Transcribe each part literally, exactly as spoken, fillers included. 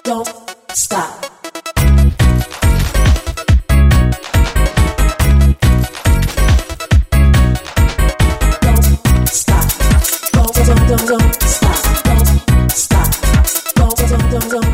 Don't stop. Don't stop. Don't don't don't don't stop. Don't stop. Don't don't don't don't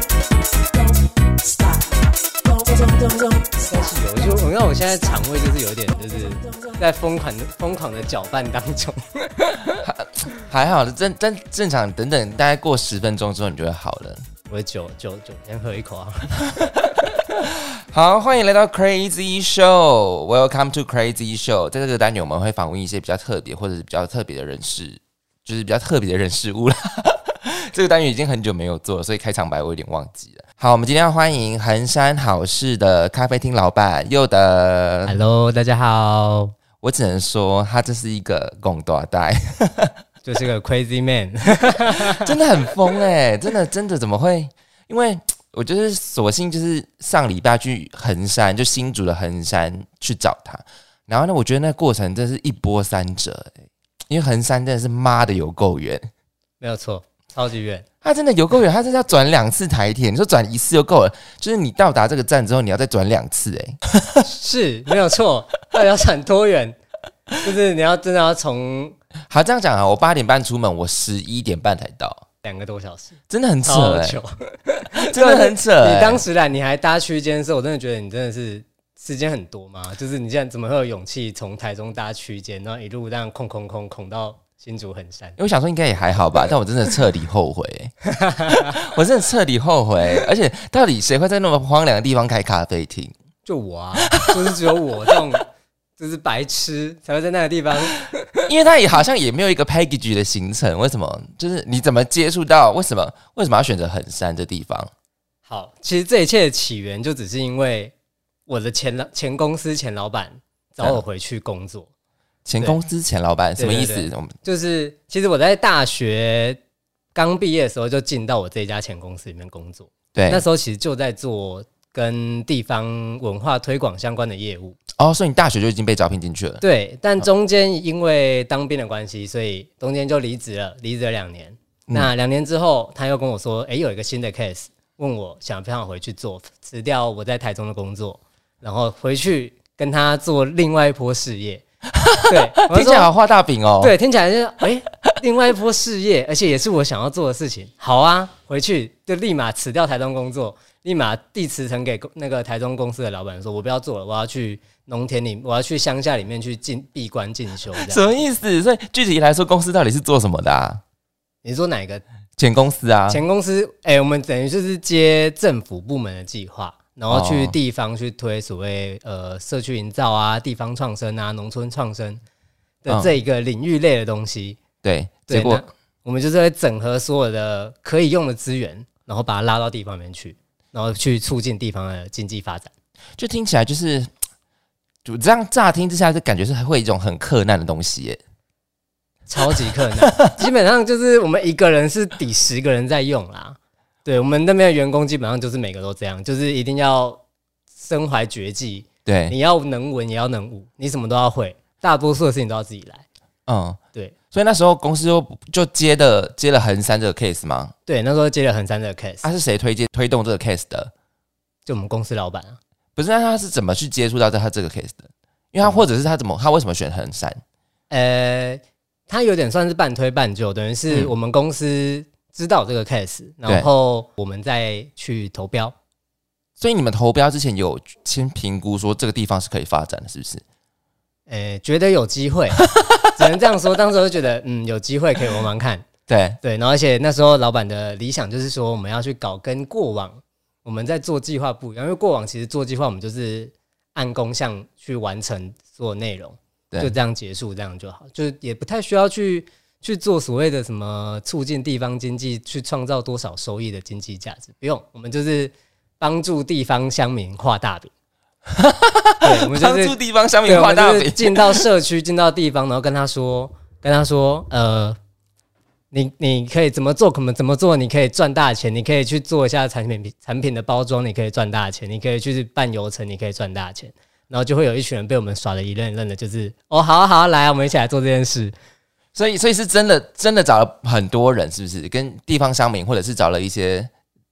don't stop. Don't don't don't don't stop. 我就我看我现在肠胃就是有点就是在疯狂的疯狂的搅拌当中。 还好，正正正常，等等，大概过十分钟之后你就会好了。 我酒酒酒，先喝一口啊！ 好，欢迎来到 Crazy Show，Welcome to Crazy Show。在这个单元，我们会访问一些比较特别或者是比较特别的人士，就是比较特别的人事物啦。这个单元已经很久没有做了，所以开场白我有点忘记了。好，我们今天要欢迎衡山好事的咖啡厅老板佑德。 Hello， 大家好。 我只能说，他这是一个拱大袋。 就是个 crazy man， 真的很疯哎、欸！真的真的怎么会？因为我就是索性就是上礼拜去衡山，就新竹的衡山去找他，然后呢，我觉得那过程真是一波三折哎、欸，因为衡山真的是妈的有够远， 没有错，超级远。 他真的有够远，他真的要转两次台铁，你说转一次就够了，就是你到达这个站之后，你要再转两次哎、 欸，是没有错。到底要转多远？就是你要真的要从。 好，这样讲啊，我八点半出门，我十一点半才到， 两个多小时， 真的很扯哎、 欸， 真的很扯、欸。 你当时来，你还搭区间的时候，我真的觉得你真的是时间很多嘛，就是你现在怎么会有勇气从台中搭区间，然后一路这样空空空空到新竹衡山？ 因为我想说应该也还好吧，但我真的彻底后悔、欸，我真的彻底后悔、欸，而且到底谁会在那么荒凉的地方开咖啡厅？ 就我啊，就是只有我这种。就是白痴才会在那个地方， 因为他也好像也没有一个 package 的行程，为什么？就是你怎么接触到？为什么为什么要选择衡山这地方？ 好，其实这一切的起源就只是因为我的前前公司前老板找我回去工作。 前公司前老板什么意思？ 对对对，就是其实我在大学刚毕业的时候就进到我这家前公司里面工作， 对， 那时候其实就在做跟地方文化推广相关的业务。 哦，所以你大学就已经被招聘进去了？ 对，但中间因为当兵的关系，所以中间就离职了，离职了两年。嗯、那两年之后，他又跟我说：“哎、欸，有一个新的 case， 问我想不想回去做，辞掉我在台中的工作，然后回去跟他做另外一波事业。”对， 听起来好画大饼哦。 对，听起来就是哎、欸，另外一波事业，而且也是我想要做的事情。好啊，回去就立马辞掉台中工作，立马递辞呈给那个台中公司的老板说：“我不要做了，我要去。”农田里，我要去乡下里面去进闭关进修， 什么意思？所以具体来说，公司到底是做什么的啊？ 你说哪一个？ 前公司啊， 前公司，哎、欸，我们等于就是接政府部门的计划，然后去地方去推所谓呃社区营造啊、地方创生啊、农村创生的这一个领域类的东西。 嗯、对，结果我们就是会整合所有的可以用的资源，然后把它拉到地方里面去，然后去促进地方的经济发展。 就听起来就是。就这样乍听之下，就感觉是会一种很克难的东西耶， 超级克难。基本上就是我们一个人是抵十个人在用啦。对，我们那边的员工基本上就是每个都这样，就是一定要身怀绝技。 对， 你要能文也要能武，你什么都要会，大多数的事情都要自己来。 嗯， 对。 所以那时候公司就就接的接了衡山这个 case 吗？ 对，那时候接了衡山这个 case。 他、啊、是谁推荐推动这个 case 的？ 就我们公司老板啊。 不是，那他是怎么去接触到他这个 case 的？因为他或者是他怎么，他为什么选衡山？ 呃，他有点算是半推半就，等于是我们公司知道这个 case，、嗯、然后我们再去投标。 所以你们投标之前有先评估说这个地方是可以发展的，是不是？ 呃，觉得有机会，只能这样说。当时就觉得，嗯，有机会可以玩玩看。 对对，然后而且那时候老板的理想就是说，我们要去搞跟过往。我们在做计划不一样，因为过往其实做计划我们就是按工项去完成所有内容，就这样结束，这样就好，就也不太需要去去做所谓的什么促进地方经济，去创造多少收益的经济价值，不用，我们就是帮助地方乡民画大饼。对，我们就是帮助地方乡民画大饼， 进到社区，进到地方，然后跟他说，跟他说，呃。你你可以怎么做？可能怎么做？你可以赚大钱，你可以去做一下产品产品的包装，你可以赚大钱，你可以去办游程，你可以赚大钱，然后就会有一群人被我们耍得一愣一愣的，就是哦，好啊好啊，来啊，我们一起来做这件事。 所以，所以是真的真的找了很多人，是不是？跟地方乡民，或者是找了一些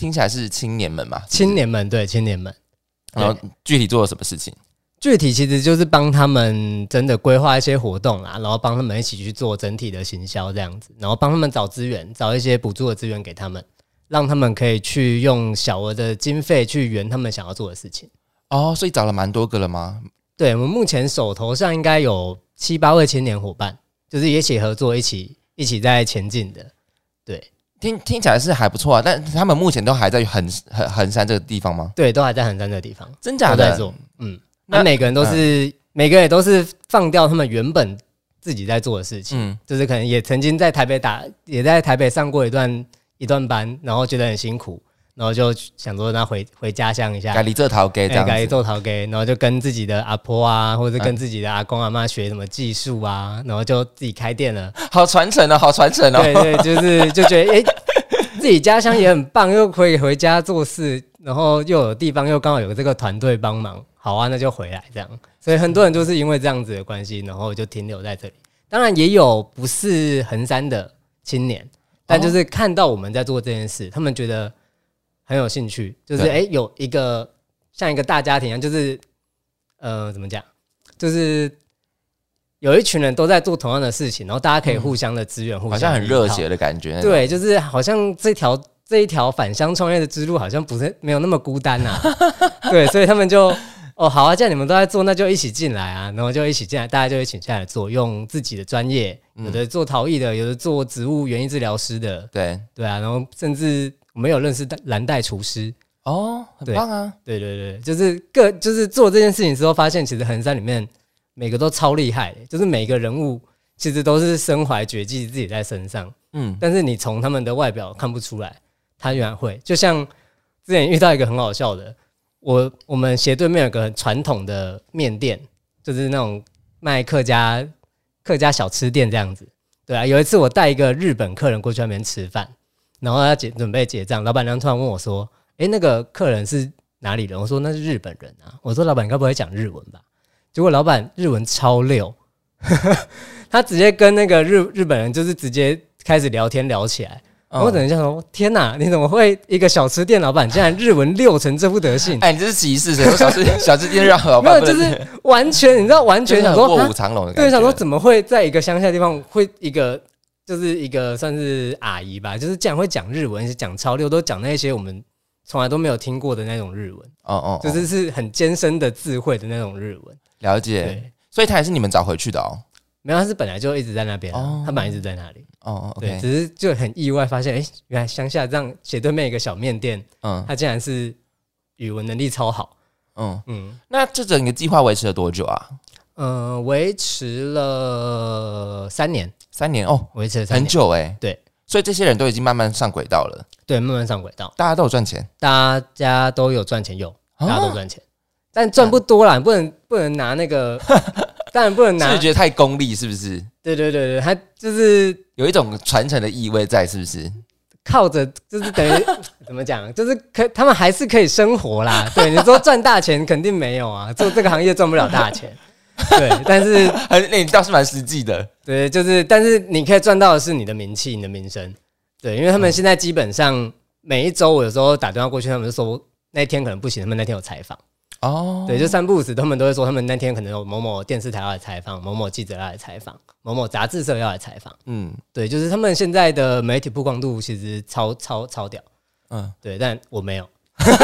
听起来是青年们嘛，是不是青年们对青年们， 然后具体做了什么事情？ 具体其实就是帮他们真的规划一些活动啦，然后帮他们一起去做整体的行销这样子，然后帮他们找资源，找一些补助的资源给他们，让他们可以去用小额的经费去圆他们想要做的事情。 哦，所以找了蛮多个了吗？ 对，我们目前手头上应该有七八位青年伙伴，就是一起合作，一起一起在前进的。对， 听听起来是还不错啊，但他们目前都还在横横横山这个地方吗？ 对，都还在衡山这个地方， 真假的都在做。嗯，那每个人都是、嗯、每个人也都是放掉他们原本自己在做的事情，嗯，就是可能也曾经在台北打，也在台北上过一段一段班，然后觉得很辛苦。然后就想说，那回回家乡一下， 改离这陶给这样子， 改离这陶给，然后就跟自己的阿婆啊，或者跟自己的阿公阿嬷学什么技术啊，然后就自己开店了。 好传承哦，好传承哦。 对对，就是就觉得，哎、欸，自己家乡也很棒，又可以回家做事，然后又有地方，又刚好有这个团队帮忙，好啊，那就回来这样。所以很多人就是因为这样子的关系，然后就停留在这里。当然也有不是衡山的青年，但就是看到我们在做这件事，他们觉得很有兴趣，就是哎、欸，有一个像一个大家庭一样，就是呃，怎么讲，就是有一群人都在做同样的事情，然后大家可以互相的支援，嗯、互相好像很热血的感觉。 对，就是好像这条这一条返乡创业的之路，好像不是没有那么孤单啊。对，所以他们就哦，好啊，既然你们都在做，那就一起进来啊，然后就一起进来，大家就一起下来做，用自己的专业，有的做陶艺的，有的做植物园艺治疗师的， 对对啊，然后甚至。我们有认识蓝带厨师哦，很棒啊！ 对对对，就是各就是做这件事情之后，发现其实衡山里面每个都超厉害的，就是每个人物其实都是身怀绝技自己在身上，嗯，但是你从他们的外表看不出来，他原来会。就像之前遇到一个很好笑的，我我们斜对面有个很传统的面店，就是那种卖客家客家小吃店这样子。对啊，有一次我带一个日本客人过去那边吃饭。然后他结准备结账，老板娘突然问我说：“哎，那个客人是哪里人？”我说：“那是日本人啊。”我说：“老板，你该不会讲日文吧？”结果老板日文超溜，他直接跟那个日日本人就是直接开始聊天聊起来。嗯、我等一下说：“天哪，你怎么会一个小吃店老板竟然日文溜成这副德性？” 哎，你这是歧视谁？小吃小吃店让老板没有，就是完全你知道，完全想说卧虎藏龙的感觉。 对，想说怎么会在一个乡下的地方会一个。就是一个算是阿姨吧，就是竟然会讲日文，讲超溜，都讲那些我们从来都没有听过的那种日文。哦哦，就是是很艰深的智慧的那种日文。 了解，所以他也是你们找回去的哦。 没有，他是本来就一直在那边、啊哦，他本来一直在那里。哦， okay、对，只是就很意外发现，哎、欸，原来乡下这样斜对面一个小面店，嗯，他竟然是语文能力超好。 嗯嗯，那这整个计划维持了多久啊？ 呃，维持了三年。 三年哦， 维持了三年很久哎、欸， 对， 所以这些人都已经慢慢上轨道了， 对，慢慢上轨道， 大家都有赚钱， 大家都有赚钱，有，大家都赚钱，但赚不多啦，不能不能拿那个，当然不能拿， 是觉得太功利是不是？ 对对对对，他就是有一种传承的意味在，是不是？ 靠着就是等于怎么讲，就是可他们还是可以生活啦。对，你说赚大钱肯定没有啊，做这个行业赚不了大钱。对，但是那你倒是蛮实际的。 对，就是但是你可以赚到的是你的名气、你的名声。对，因为他们现在基本上每一周，我有时候打电话过去，他们就说那天可能不行，他们那天有采访。哦，对，就三不五时，他们都会说他们那天可能有某某电视台要来采访，某某记者要来采访，某某杂志社要来采访。嗯，对，就是他们现在的媒体曝光度其实超超超屌。嗯，对，但我没有。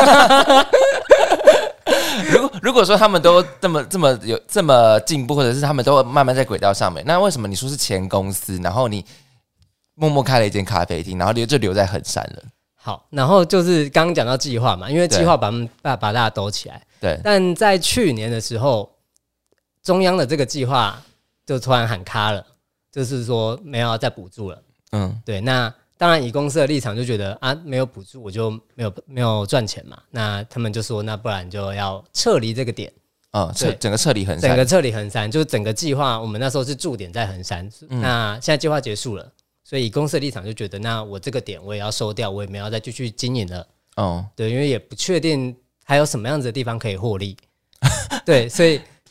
如果如果说他们都这么这么有这么进步，或者是他们都慢慢在轨道上面，那为什么你说是前公司，然后你默默开了一间咖啡厅，然后就留在衡山了？ 好，然后就是刚刚讲到计划嘛，因为计划把把把大家兜起来。对，但在去年的时候，中央的这个计划就突然喊卡了，就是说没有要再补助了。嗯，对，那。当然，以公司的立场就觉得啊，没有补助我就没有没有赚钱嘛。那他们就说，那不然就要撤离这个点。哦，撤整个撤离衡山，整个撤离衡山，就是整个计划，我们那时候是驻点在衡山。嗯、那现在计划结束了，所以以公司的立场就觉得，那我这个点我也要收掉，我也没有要再继续经营了。哦，对，因为也不确定还有什么样子的地方可以获利。对，所以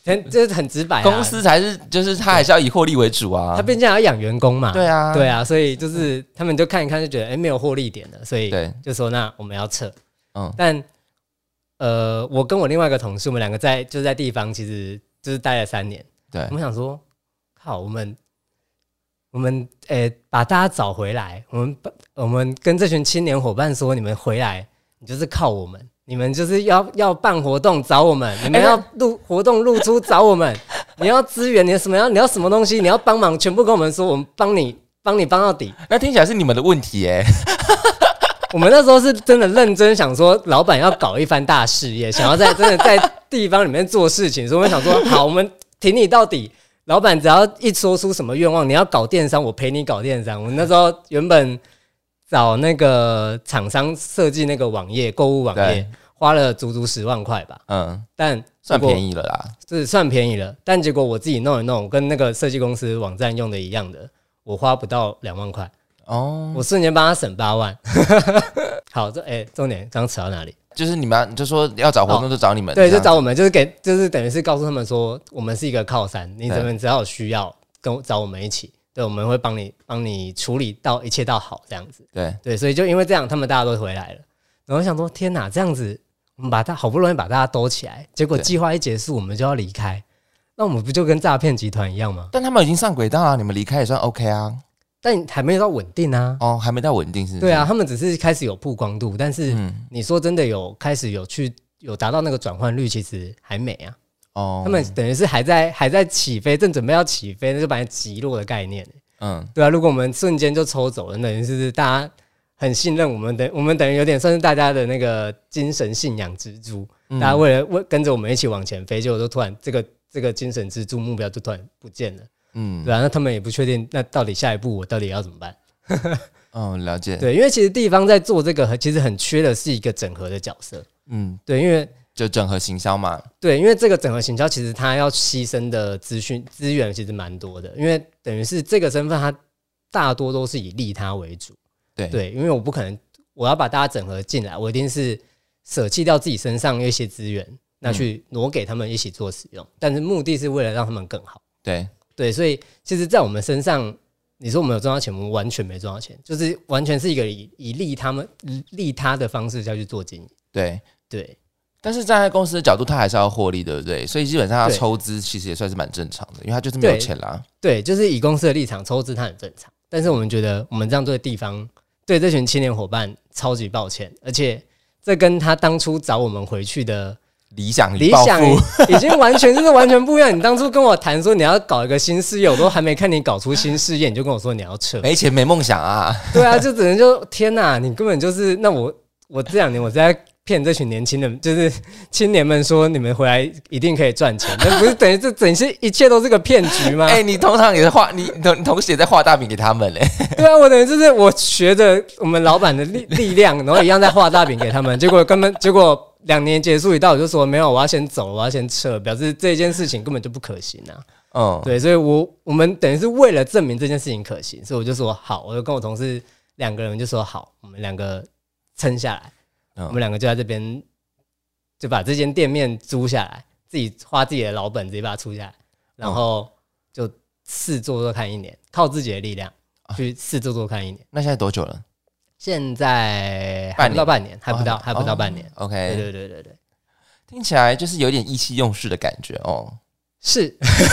很这很直白、啊， 公司才是就是他还是要以获利为主啊， 他毕竟要养员工嘛， 对啊， 对啊，所以就是他们就看一看就觉得哎、欸、没有获利点了，所以对就说那我们要撤， 嗯， 但呃我跟我另外一个同事，我们两个在就是在地方其实就是待了三年， 对， 我们想说靠我们。我们诶、欸、把大家找回来，我们我们跟这群青年伙伴说，你们回来，你就是靠我们，你们就是要要办活动找我们，你们要录活动露出找我们，你要资源，你要什么要你要什么东西，你要帮忙，全部跟我们说，我们帮你帮你帮到底。 那听起来是你们的问题耶、欸。 我们那时候是真的认真想说，老板要搞一番大事业，想要在真的在地方里面做事情，所以我们想说，好，我们挺你到底。老板只要一说出什么愿望，你要搞电商，我陪你搞电商。我那时候原本找那个厂商设计那个网页，购物网页，花了足足十万块吧。嗯，但算便宜了啦， 是算便宜了。但结果我自己弄一弄，跟那个设计公司网站用的一样的，我花不到两万块。哦，我瞬间帮他省八万。好，这哎、欸，重点刚扯到哪里？ 就是你们就说要找活动就找你们、哦， 对，就找我们，就是给，就是等于是告诉他们说，我们是一个靠山，你们只要有需要跟找我们一起，对，我们会帮你帮你处理到一切到好这样子。 对对，所以就因为这样，他们大家都回来了。然后想说，天哪，这样子我们把他好不容易把大家兜起来，结果计划一结束，我们就要离开，那我们不就跟诈骗集团一样吗？ 但他们已经上轨道了，你们离开也算 OK 啊。 但还没有到稳定啊！ 哦，还没到稳定是不是？ 对啊，他们只是开始有曝光度，但是你说真的有开始有去有达到那个转换率，其实还没啊。哦，他们等于是还在还在起飞，正准备要起飞，那就把它击落的概念。嗯，对啊，如果我们瞬间就抽走了，等于是大家很信任我们的，我们等于有点算是大家的那个精神信仰支柱。嗯、大家为了为跟着我们一起往前飞，结果就突然这个这个精神支柱目标就突然不见了。嗯，对啊，那他们也不确定，那到底下一步我到底要怎么办？ 哦，了解。 对，因为其实地方在做这个，其实很缺的是一个整合的角色。嗯，对，因为就整合行销嘛。 对，因为这个整合行销其实它要牺牲的资讯资源其实蛮多的，因为等于是这个身份它大多都是以利他为主。对对，因为我不可能我要把大家整合进来，我一定是舍弃掉自己身上一些资源，那去挪给他们一起做使用，但是目的是为了让他们更好。 对。 对，所以其实，在我们身上，你说我们有赚到钱，我们完全没赚到钱，就是完全是一个以以利他们利他的方式下去做经营。 对对， 但是站在公司的角度，他还是要获利，对不对？所以基本上他抽资其实也算是蛮正常的，因为他就是没有钱啦。 对，就是以公司的立场抽资，它很正常。但是我们觉得，我们这样对地方，对这群青年伙伴超级抱歉，而且这跟他当初找我们回去的。 理想理想已经完全就是完全不一样。你当初跟我谈说你要搞一个新事业，我都还没看你搞出新事业，你就跟我说你要撤， 没钱没梦想啊！ 对啊，就只能就天哪，你根本就是那我我这两年我在骗这群年轻人，就是青年们说你们回来一定可以赚钱，那不是等于这整些一切都是个骗局吗？ 哎、欸，你通常也是画你你同时也在画大饼给他们嘞。 对啊，我等于就是我学着我们老板的力力量，然后一样在画大饼给他们，结果根本结果。两年结束一到，我就说没有，我要先走，我要先撤，表示这件事情根本就不可行啊。嗯，对，所以我我们等于是为了证明这件事情可行，所以我就说好，我就跟我同事两个人就说好，我们两个撑下来，嗯、我们两个就在这边就把这间店面租下来，自己花自己的老本直接把它出下来，然后就试做做看一年，靠自己的力量去试做做看一年。 那现在多久了？ 现在还不到半年，还不到，哦、还不到半年。 OK， 对对对对对， 听起来就是有点意气用事的感觉哦。 是，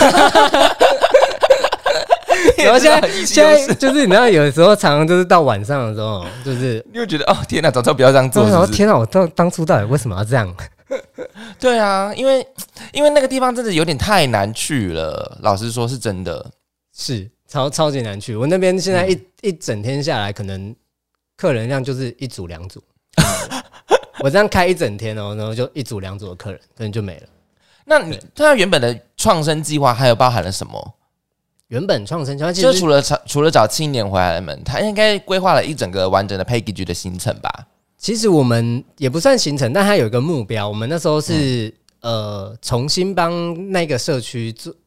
然后现在现在就是你知道，有的时候常常就是到晚上的时候，就是你会觉得哦，天哪，早知道不要这样做。 然后天哪，我当当初到底为什么要这样？ 对啊，因为因为那个地方真的有点太难去了，老实说是真的， 是超超级难去。我那边现在一、嗯、一整天下来，可能。客人量就是一组两组，我这样开一整天哦，然后就一组两组的客人，可能就没了。 那你他原本的创生计划还有包含了什么？ 原本创生计划就除了除了找青年回来的们，他应该规划了一整个完整的 package 的行程吧？ 其实我们也不算行程，但它有一个目标。我们那时候是、嗯、呃重新帮那个社区做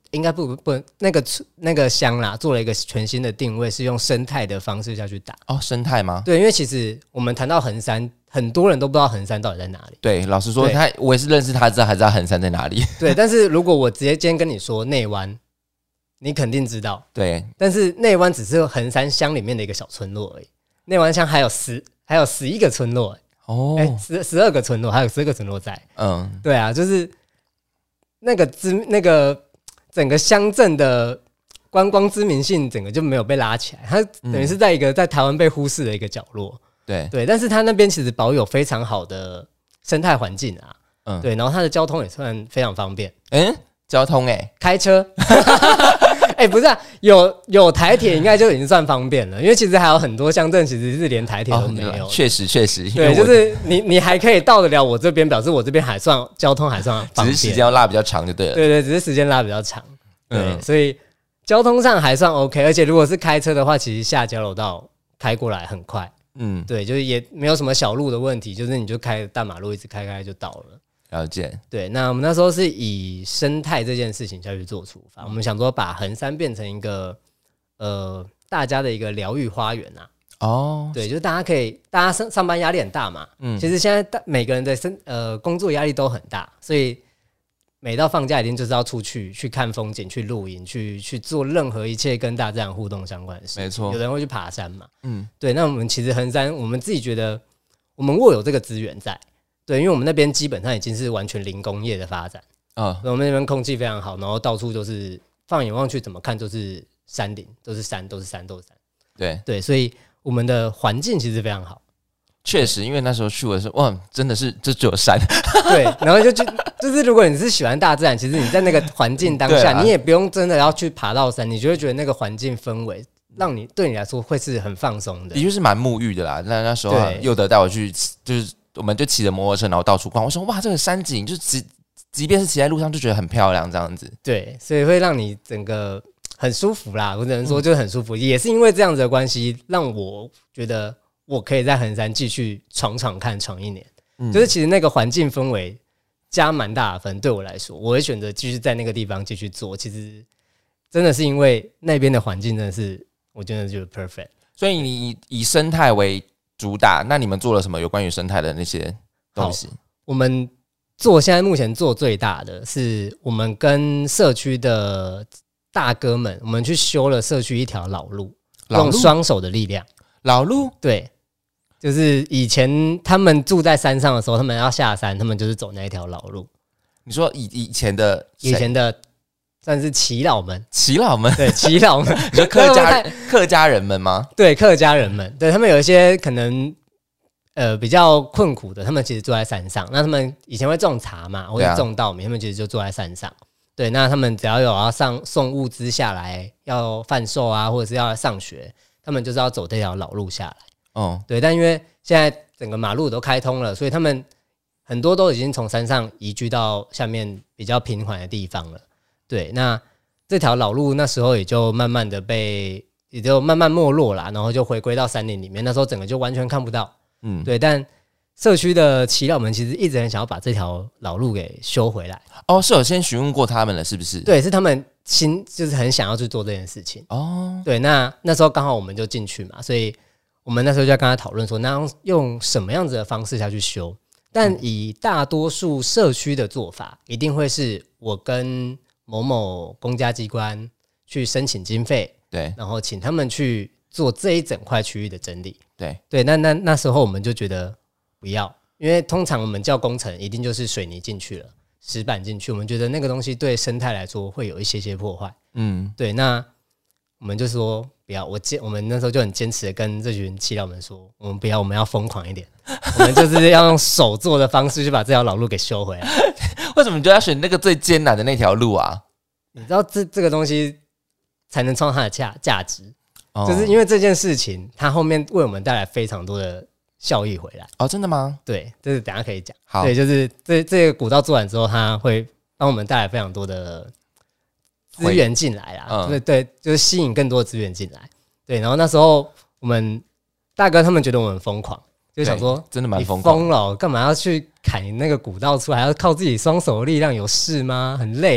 应该不不那个那个乡啦，做了一个全新的定位，是用生态的方式下去打。 哦，生态吗？ 对，因为其实我们谈到衡山，很多人都不知道衡山到底在哪里。 对，老实说，他我也是认识他，知道还知道衡山在哪里。 对，但是如果我直接今天跟你说内湾，你肯定知道。 对， 但是内湾只是衡山乡里面的一个小村落而已。内湾乡还有十还有十一个村落、欸，哦，哎、欸，十十二个村落，还有十二个村落在。嗯，对啊，就是那个知那个。整个乡镇的观光知名性整个就没有被拉起来，它等于是在一个在台湾被忽视的一个角落。 对对，但是它那边其实保有非常好的生态环境啊，嗯，对，然后它的交通也算非常方便。 嗯，交通哎、欸， 开车，哎、欸，不是、啊，有有台铁应该就已经算方便了，因为其实还有很多乡镇其实是连台铁都没有。 确、哦、实确实， 对，就是你你还可以到得了我这边，表示我这边还算交通还算方便， 只是时间要拉比较长就对了。 对对，只是时间拉比较长。对、嗯，所以交通上还算 OK， 而且如果是开车的话，其实下交流道开过来很快。嗯，对，就是也没有什么小路的问题，就是你就开大马路一直开开就到了。 了解。对， 那我们那时候是以生态这件事情下去做出发，我们想说把衡山变成一个呃大家的一个疗愈花园啊。哦，对，就是大家可以，大家上上班压力很大嘛，嗯，其实现在每个人的生呃工作压力都很大，所以每到放假一定就是要出去去看风景、去露营、去去做任何一切跟大自然互动相关的事情。 没错， 有人会去爬山嘛，嗯，对。那我们其实衡山，我们自己觉得我们握有这个资源在，对，因为我们那边基本上已经是完全零工业的发展啊，我们那边空气非常好，然后到处都是放眼望去怎么看都是山林，都是山，都是山，都是山。对对，所以我们的环境其实非常好。 确实，因为那时候去的时候，哇，真的是就只有山。 对，然后就就就是如果你是喜欢大自然，其实你在那个环境当下，你也不用真的要去爬到山，你就会觉得那个环境氛围让你对你来说会是很放松的。 的确是蛮沐浴的啦。那那时候又得带我去，就是我们就骑着摩托车，然后到处逛。我说哇，这个山景就即即便是骑在路上就觉得很漂亮，这样子。 对，所以会让你整个很舒服啦。我只能说就是很舒服，嗯、也是因为这样子的关系，让我觉得我可以在衡山继续闯闯看，闯一年。嗯、就是其实那个环境氛围加蛮大的分，对我来说，我会选择继续在那个地方继续做。其实真的是因为那边的环境真的是，我真的觉得 perfect。 所以你以生态为主打，那你们做了什么有关于生态的那些东西？ 我们做现在目前做最大的是，我们跟社区的大哥们，我们去修了社区一条老路，老路用双手的力量。 老路， 对。就是以前他们住在山上的时候，他们要下山，他们就是走那一条老路。 你说以以前的以前的算是耆老们， 耆老们对耆老们， 你说客家客家人们吗？ 对，客家人们，对他们有一些可能呃比较困苦的，他们其实住在山上。那他们以前会种茶嘛，或者种稻米，他们其实就住在山上。对，那他们只要有要上送物资下来，要贩售啊，或者是要上学，他们就是要走这条老路下来。哦，对，但因为现在整个马路都开通了，所以他们很多都已经从山上移居到下面比较平缓的地方了。对，那这条老路那时候也就慢慢的被，也就慢慢没落啦，然后就回归到山林里面。那时候整个就完全看不到。嗯，对，但社区的耆老们其实一直很想要把这条老路给修回来。 哦，是有先询问过他们了，是不是？ 对，是他们心就是很想要去做这件事情。哦，对，那那时候刚好我们就进去嘛，所以我们那时候就在跟他讨论说，那用什么样子的方式下去修？但以大多数社区的做法，一定会是我跟某某公家机关去申请经费，对，然后请他们去做这一整块区域的整理，对对。那那那时候我们就觉得不要，因为通常我们叫工程，一定就是水泥进去了，石板进去，我们觉得那个东西对生态来说会有一些些破坏，嗯，对。那我们就说不要，我坚我们那时候就很坚持的跟这群耆老们说，我们不要，我们要疯狂一点，我们就是要用手做的方式去把这条老路给修回来。 为什么你就要选那个最艰难的那条路啊？ 你知道这这个东西才能创造它的价价值，哦，就是因为这件事情，它后面为我们带来非常多的效益回来。 哦，真的吗？ 对，这是等一下可以讲。好，对，就是这这个古道做完之后，它会帮我们带来非常多的资源进来啦，嗯，对对，就是吸引更多的资源进来。对，然后那时候我们大哥他们觉得我们疯狂，就想说真的蛮疯狂， 你疯了，干嘛要去砍那个古道出来？还要靠自己双手的力量，有事吗？很累耶。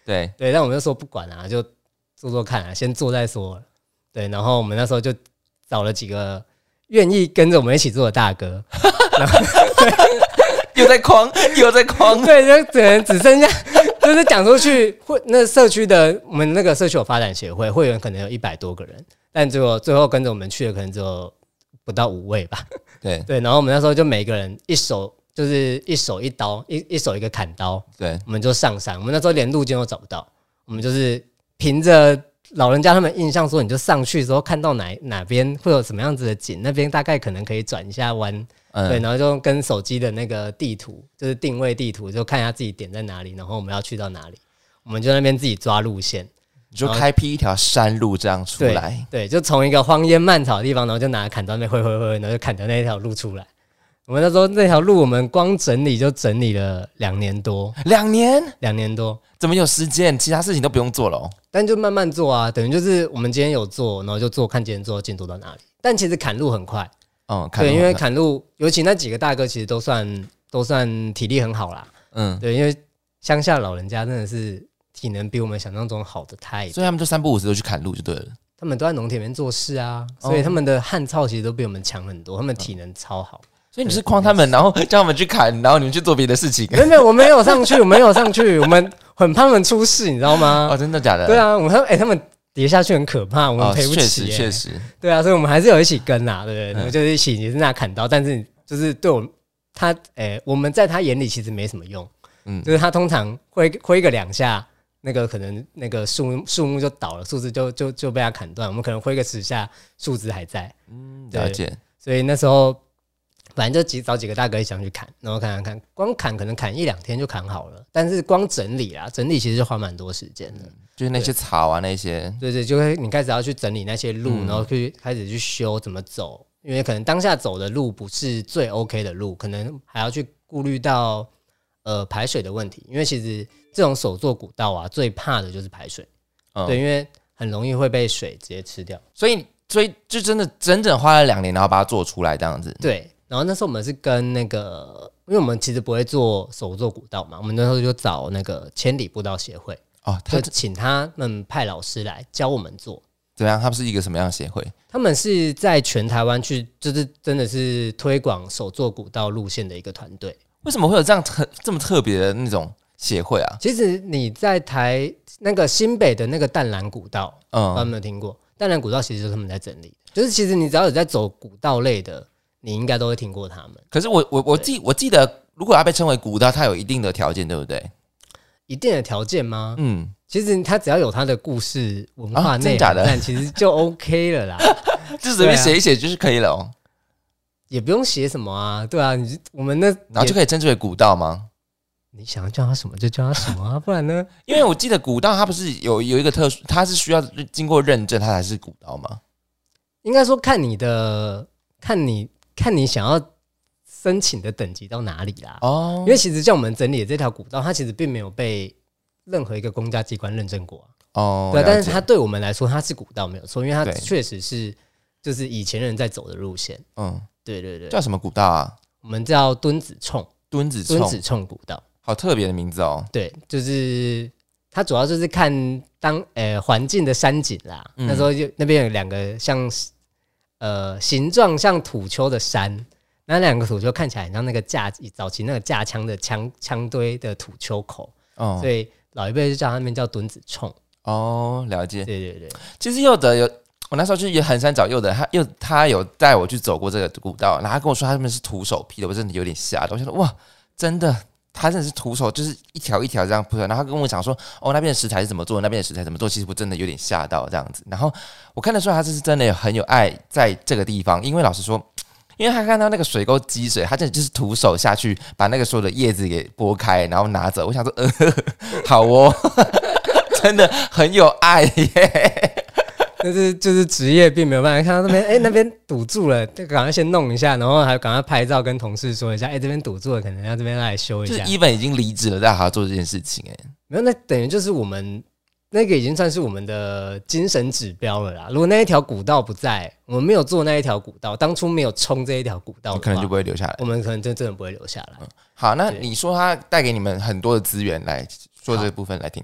对对，但我们就说不管啊，就做做看啊，先做再说。对，然后我们那时候就找了几个愿意跟着我们一起做的大哥，然后又在框，又在框， 对，就只能只剩下就是讲出去，会那社区的我们那个社区有发展协会会员可能有一百多个人，但最后最后跟着我们去的可能只有不到五位吧。 对对，然后我们那时候就每个人一手就是一手一刀，一一手一个砍刀， 对， 我们就上山。我们那时候连路径都找不到，我们就是凭着老人家他们印象说，你就上去的时候看到哪哪边会有什么样子的景，那边大概可能可以转一下弯。嗯、对，然后就跟手机的那个地图，就是定位地图，就看一下自己点在哪里，然后我们要去到哪里，我们就那边自己抓路线， 你就开辟一条山路这样出来。 对，对，就从一个荒烟蔓草的地方，然后就拿砍刀那边挥挥挥，然后就砍到那一条路出来。我们那时候那条路，我们光整理就整理了两年多， 两年， 两年多， 怎么有时间？其他事情都不用做了、哦， 但就慢慢做啊，等于就是我们今天有做，然后就做，看今天做进度到哪里。但其实砍路很快。 嗯， 对，因为砍路，尤其那几个大哥其实都算都算体力很好啦。嗯，对，因为乡下老人家真的是体能比我们想象中好的太多， 所以他们就三不五时都去砍路就对了。 他们都在农田里面做事啊，所以他们的汗臭其实都比我们强很多，他们体能超好。 所以你是诓他们，然后叫他们去砍，然后你们去做别的事情。 没有没有，我没有上去，我没有上去，我们很怕他们出事，你知道吗？ 哦，真的假的？ 对啊，我们哎、欸，他们跌下去很可怕，我们赔不起、欸。确、 哦、实确实， 对啊，所以我们还是有一起跟啊，对不对？嗯、我们就是一起也是那砍刀，但是就是对我他哎、欸，我们在他眼里其实没什么用，嗯，就是他通常挥挥个两下，那个可能那个树树木就倒了，树枝就就就被他砍断，我们可能挥个十下，树枝还在。 嗯，了解。 所以那时候反正就几找几个大哥一起上去砍，然后看看看，光砍可能砍一两天就砍好了，但是光整理啦，整理其实就花蛮多时间的。嗯， 就是那些草啊，那些， 对对，就会你开始要去整理那些路，嗯、然后去开始去修怎么走，因为可能当下走的路不是最 OK 的路，可能还要去顾虑到呃排水的问题，因为其实这种手作古道啊，最怕的就是排水，嗯、对，因为很容易会被水直接吃掉， 所以所以就真的整整花了两年，然后把它做出来这样子。 对，然后那时候我们是跟那个，因为我们其实不会做手作古道嘛，我们那时候就找那个千里步道协会。哦，就请他们派老师来教我们做。 怎样？他们是一个什么样的协会？ 他们是在全台湾去，就是真的是推广手作古道路线的一个团队。 为什么会有这样特这么特别的那种协会啊？ 其实你在台那个新北的那个淡蓝古道，嗯，有没有听过？淡蓝古道其实就是他们在整理的，就是其实你只要有在走古道类的，你应该都会听过他们。 可是我我我记我记得，如果要被称为古道，它有一定的条件，对不对？ 一定的条件吗？嗯，其实他只要有他的故事文化内涵， 但其实就 OK 了啦， 就随便写一写就是可以了哦， 也不用写什么啊，对啊，你我们那然后就可以称之为古道吗？ 你想要叫他什么就叫他什么啊，不然呢？ 因为我记得古道它不是有有一个特殊，它是需要经过认证，它才是古道吗？ 应该说看你的，看你看你想要申请的等级到哪里啦？哦，因为其实像我们整理的这条古道，它其实并没有被任何一个公家机关认证过、啊、哦。对，但是它对我们来说，它是古道没有错，因为它确实是就是以前人在走的路线。嗯，对对对。 叫什么古道啊？ 我们叫墩子冲， 墩子冲， 墩子冲古道， 好特别的名字哦。 对，就是它主要就是看当呃环境的山景啦。嗯、那时候就那边有两个像呃形状像土丘的山。那两个土丘看起来很像那个架早期那个架枪的枪枪堆的土丘口、哦、所以老一辈就叫他们叫墩子冲。 哦，了解。 对对对， 其实佑德有，我那时候去衡山找佑德，他又他有带我去走过这个古道，然后他跟我说他们是徒手劈的，我真的有点吓到，我想说哇，真的，他真的是徒手，就是一条一条这样铺的。然后他跟我讲说，哦，那边的石材是怎么做，那边的石材怎么做，其实我真的有点吓到这样子。然后我看得出来他这是真的很有爱在这个地方，因为老实说。因为他看到那个水沟积水，他真的就是徒手下去把那个所有的叶子给拨开，然后拿走。我想说，呃，呵呵好哦，真的很有爱耶。 但是就是职业并没有办法看到那边，哎、欸，那边堵住了，就赶快先弄一下，然后还赶快拍照跟同事说一下，哎、欸，这边堵住了，可能要这边来修一下。 就是 even 已经离职了，但还要做这件事情，哎， 没有，那等于就是我们。那个已经算是我们的精神指标了啦。如果那一条古道不在，我们没有做那一条古道，当初没有冲这一条古道， 可能就不会留下来。 我们可能真真的不会留下来。 嗯、好，那你说他带给你们很多的资源，来说这个部分来听听。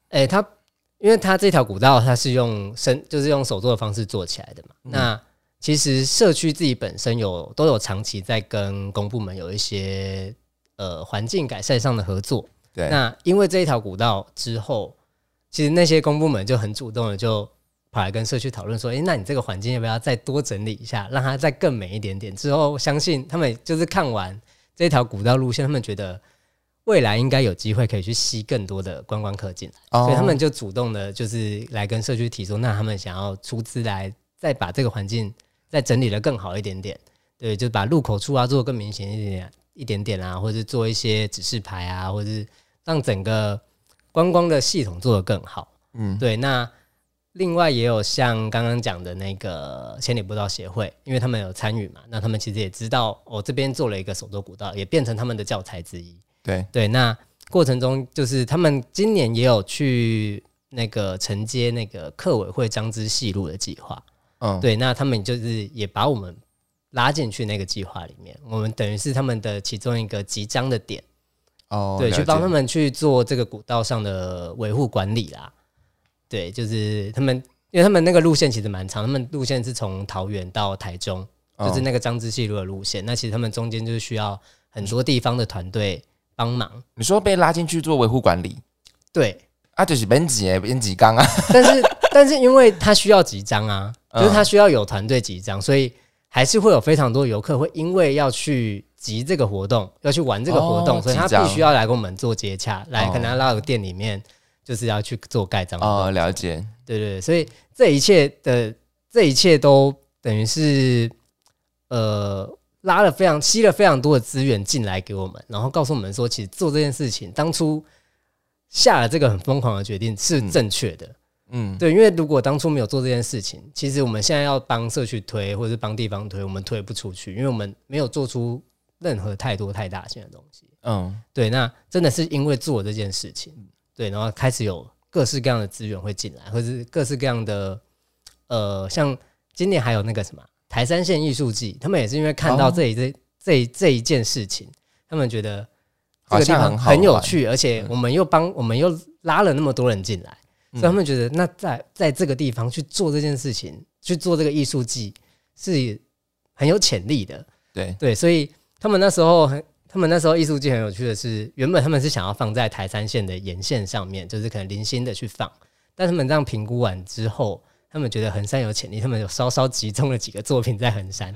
哎、欸，它因为它这条古道它是用生就是用手做的方式做起来的嘛，嗯、那其实社区自己本身有都有长期在跟公部门有一些呃环境改善上的合作。 对， 那因为这一条古道之后，其实那些公部门就很主动的就跑来跟社区讨论说，哎、欸，那你这个环境要不要再多整理一下，让它再更美一点点？之后相信他们就是看完这条古道路线，他们觉得未来应该有机会可以去吸更多的观光客进来，哦、所以他们就主动的就是来跟社区提出，那他们想要出资来再把这个环境再整理得更好一点点，对，就把入口处啊做得更明显一点点一点点啊，或者做一些指示牌啊，或者是让整个观光的系统做得更好。嗯，对。那另外也有像刚刚讲的那个千里步道协会，因为他们有参与嘛，那他们其实也知道哦，这边做了一个手作古道，也变成他们的教材之一。 对对，那过程中就是他们今年也有去那个承接那个客委会彰支细路的计划。嗯，对，那他们就是也把我们拉进去那个计划里面，我们等于是他们的其中一个集章的点。哦，对，去帮他们去做这个古道上的维护管理啦。对，就是他们，因为他们那个路线其实蛮长，他们路线是从桃园到台中，哦、就是那个彰支细路的路线。那其实他们中间就是需要很多地方的团队帮忙。 你说被拉进去做维护管理？ 对， 啊，就是编辑诶，编辑纲啊。 但是，但是因为他需要集章啊，就是他需要有团队集章，所以还是会有非常多游客会因为要去集这个活动，要去玩这个活动，哦、所以他必须要来跟我们做接洽，来可能要拉到店里面，就是要去做盖章。 哦，了解。 对对对，所以这一切的这一切都等于是呃拉了非常吸了非常多的资源进来给我们，然后告诉我们说，其实做这件事情当初下了这个很疯狂的决定是正确的。嗯，对，因为如果当初没有做这件事情，其实我们现在要帮社区推或者是帮地方推，我们推不出去，因为我们没有做出任何太多太大型的东西。嗯，对，那真的是因为做这件事情，对，然后开始有各式各样的资源会进来，或者是各式各样的呃，像今年还有那个什么台三线艺术季，他们也是因为看到这一、哦、这一这一件事情，他们觉得这个地方很有趣，而且我们又帮我们又拉了那么多人进来。所以他们觉得，那在在这个地方去做这件事情，去做这个艺术季是很有潜力的。 对对，所以他们那时候，他们那时候艺术季很有趣的是，原本他们是想要放在台三线的沿线上面，就是可能零星的去放，但他们这样评估完之后，他们觉得衡山有潜力，他们有稍稍集中了几个作品在衡山。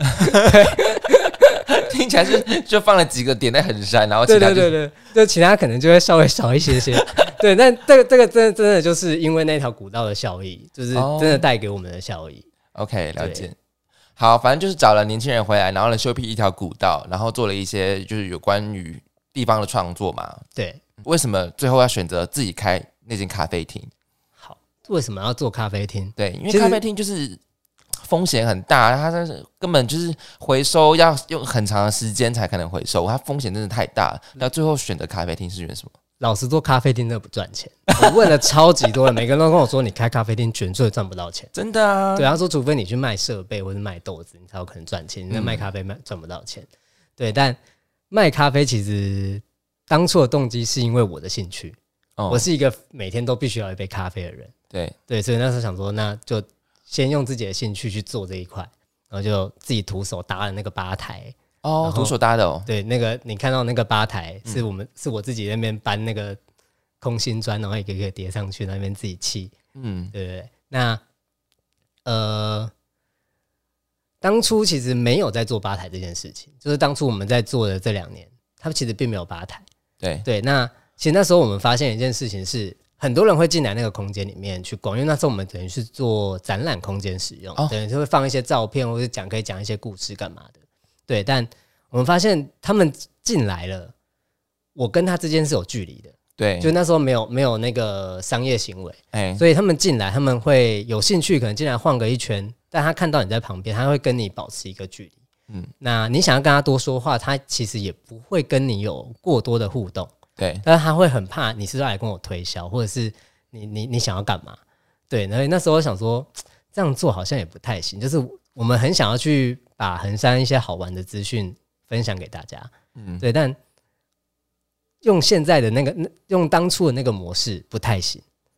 听起来是就放了几个点在衡山，然后其他就对对对对，就其他可能就会稍微少一些些。对，但这个这个真的真的就是因为那条古道的效益，就是真的带给我们的效益。 Oh, OK， 了解。好，反正就是找了年轻人回来，然后呢修辟一条古道，然后做了一些就是有关于地方的创作嘛。 对， 为什么最后要选择自己开那间咖啡厅？ 好，为什么要做咖啡厅？ 对，因为咖啡厅就是风险很大，它根本就是回收要用很长的时间才可能回收，它风险真的太大。那最后选择咖啡厅是因为什么？ 老实做咖啡厅真的不赚钱，我问了超级多人，每个人都跟我说，你开咖啡厅绝对赚不到钱。 真的啊？ 对，他说除非你去卖设备或者卖豆子，你才有可能赚钱。你那卖咖啡卖赚不到钱。嗯、对，但卖咖啡其实当初的动机是因为我的兴趣，哦、我是一个每天都必须要一杯咖啡的人。 对对，所以那时候想说，那就先用自己的兴趣去做这一块，然后就自己徒手搭了那个吧台。 哦，徒手搭的哦。 对，那个你看到那个吧台是我们、嗯、是我自己那边搬那个空心砖，然后一个一个叠上去，那边自己砌。嗯，对对对。那呃，当初其实没有在做吧台这件事情，就是当初我们在做的这两年，它其实并没有吧台。 对对，那其实那时候我们发现一件事情是，很多人会进来那个空间里面去逛，因为那时候我们等于是做展览空间使用，哦、等于是会放一些照片或者讲可以讲一些故事干嘛的。对，但我们发现他们进来了，我跟他之间是有距离的。 对， 就那时候没有没有那个商业行为，欸、所以他们进来，他们会有兴趣，可能进来晃个一圈，但他看到你在旁边，他会跟你保持一个距离。嗯，那你想要跟他多说话，他其实也不会跟你有过多的互动。 对， 但是他会很怕你是要来跟我推销，或者是你你你想要干嘛？对，然后那时候我想说，这样做好像也不太行，就是我们很想要去把衡山一些好玩的资讯分享给大家，嗯，对，但用现在的那个用当初的那个模式不太行，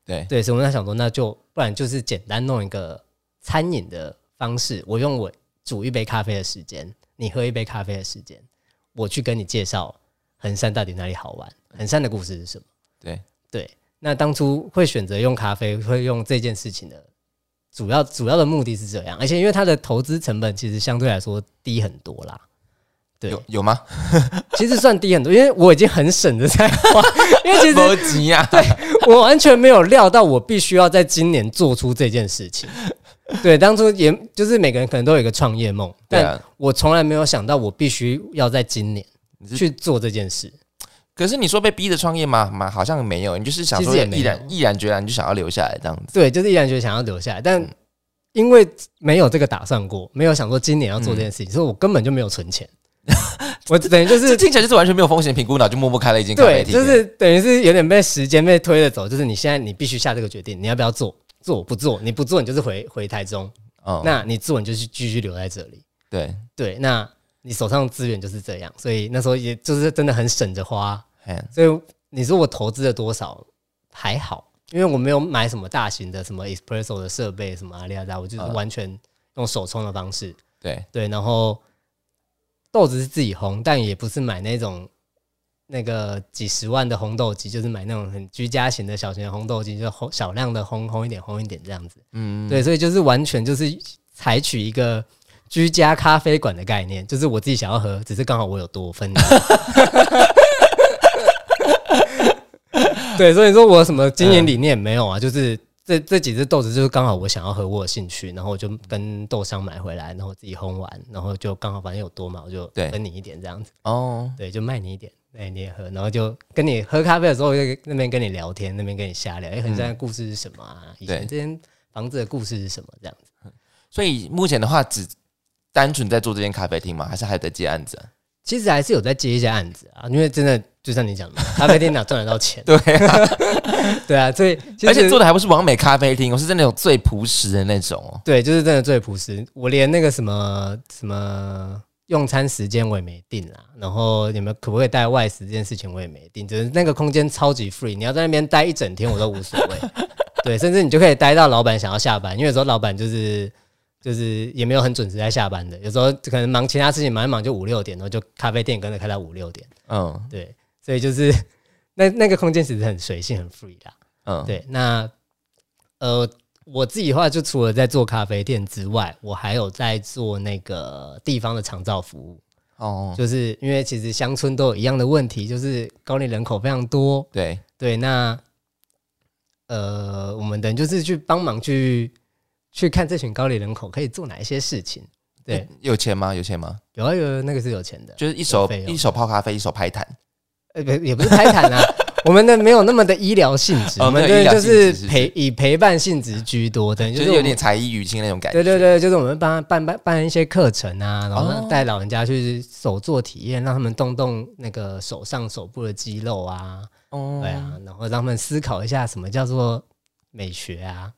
对对，所以我在想说，那就不然就是简单弄一个餐饮的方式，我用我煮一杯咖啡的时间，你喝一杯咖啡的时间，我去跟你介绍衡山到底哪里好玩，衡山的故事是什么？ 对对，那当初会选择用咖啡，会用这件事情的主要主要的目的是这样，而且因为它的投资成本其实相对来说低很多啦。对， 有有吗？ 其实算低很多，因为我已经很省的在花，因为其实没急啊， 对我完全没有料到我必须要在今年做出这件事情。对，当初也就是每个人可能都有一个创业梦，但我从来没有想到我必须要在今年去做这件事。 可是你说被逼着创业吗？嘛，好像没有，你就是想说毅然毅然决然就想要留下来这样子。 对，就是毅然决然想要留下来，但因为没有这个打算过，没有想说今年要做这件事情，嗯、所以我根本就没有存钱。我等于就是听起来就是完全没有风险评估，然后就默默开了一间咖啡厅。 对，就是等于是有点被时间被推着走，就是你现在你必须下这个决定，你要不要做？做不做？你不做，你就是回回台中。哦、那你做，你就是继续留在这里。 对对，那你手上资源就是这样，所以那时候也就是真的很省着花。所以你说我投资了多少？还好，因为我没有买什么大型的什么 espresso 的设备，什么阿里阿达，我就是完全用手冲的方式。 对对，然后豆子是自己烘，但也不是买那种那个几十万的烘豆机，就是买那种很居家型的小型的烘豆机，就烘小量的烘烘一点烘一点这样子。嗯，对，所以就是完全就是采取一个居家咖啡馆的概念，就是我自己想要喝，只是刚好我有多分。对，所以说我什么经营理念没有啊，就是这这几只豆子就是刚好我想要喝，我有兴趣，然后我就跟豆商买回来，然后自己烘完，然后就刚好反正有多嘛，我就分你一点这样子。哦，对，就卖你一点，对，你也喝，然后就跟你喝咖啡的时候，就那边跟你聊天，那边跟你瞎聊，哎、欸，衡山的故事是什么啊？以前这间房子的故事是什么？这样子。 所以目前的话，只单纯在做这间咖啡厅吗？还是还在接案子、啊？ 其实还是有在接一些案子啊，因为真的就像你讲的，咖啡厅哪赚得到钱？ 对啊， 对啊，所以而且做的还不是完美咖啡厅，我是真的有最朴实的那种哦。 对，就是真的最朴实。我连那个什么什么用餐时间我也没定啦，然后你们可不可以带外食这件事情我也没定，就是那个空间超级 free， 你要在那边待一整天我都无所谓。对，甚至你就可以待到老板想要下班，因为有时候老板就是。就是也没有很准时在下班的，有时候可能忙其他事情，忙一忙就五六点，然后就咖啡店跟着开到五六点。嗯，对，所以就是那那个空间其实很随性、很 free 啦。嗯，对。那呃，我自己的话，就除了在做咖啡店之外，我还有在做那个地方的长照服务。哦，就是因为其实乡村都有一样的问题，就是高龄人口非常多。 对对，那呃，我们等就是去帮忙去。去看这群高龄人口可以做哪一些事情？对，欸、 有钱吗？有钱吗？ 有啊，有那个是有钱的， 就是一手一手泡咖啡，一手拍痰。 呃，也不是拍痰啊，我们的没有那么的医疗性质，哦、我们的就是陪以陪伴性质居多的， 就是有点才艺语境那种感觉。 对对对，就是我们帮办办办一些课程啊，然后带老人家去手做体验，让他们动动那个手上手部的肌肉啊，哦、对啊，然后让他们思考一下什么叫做美学啊。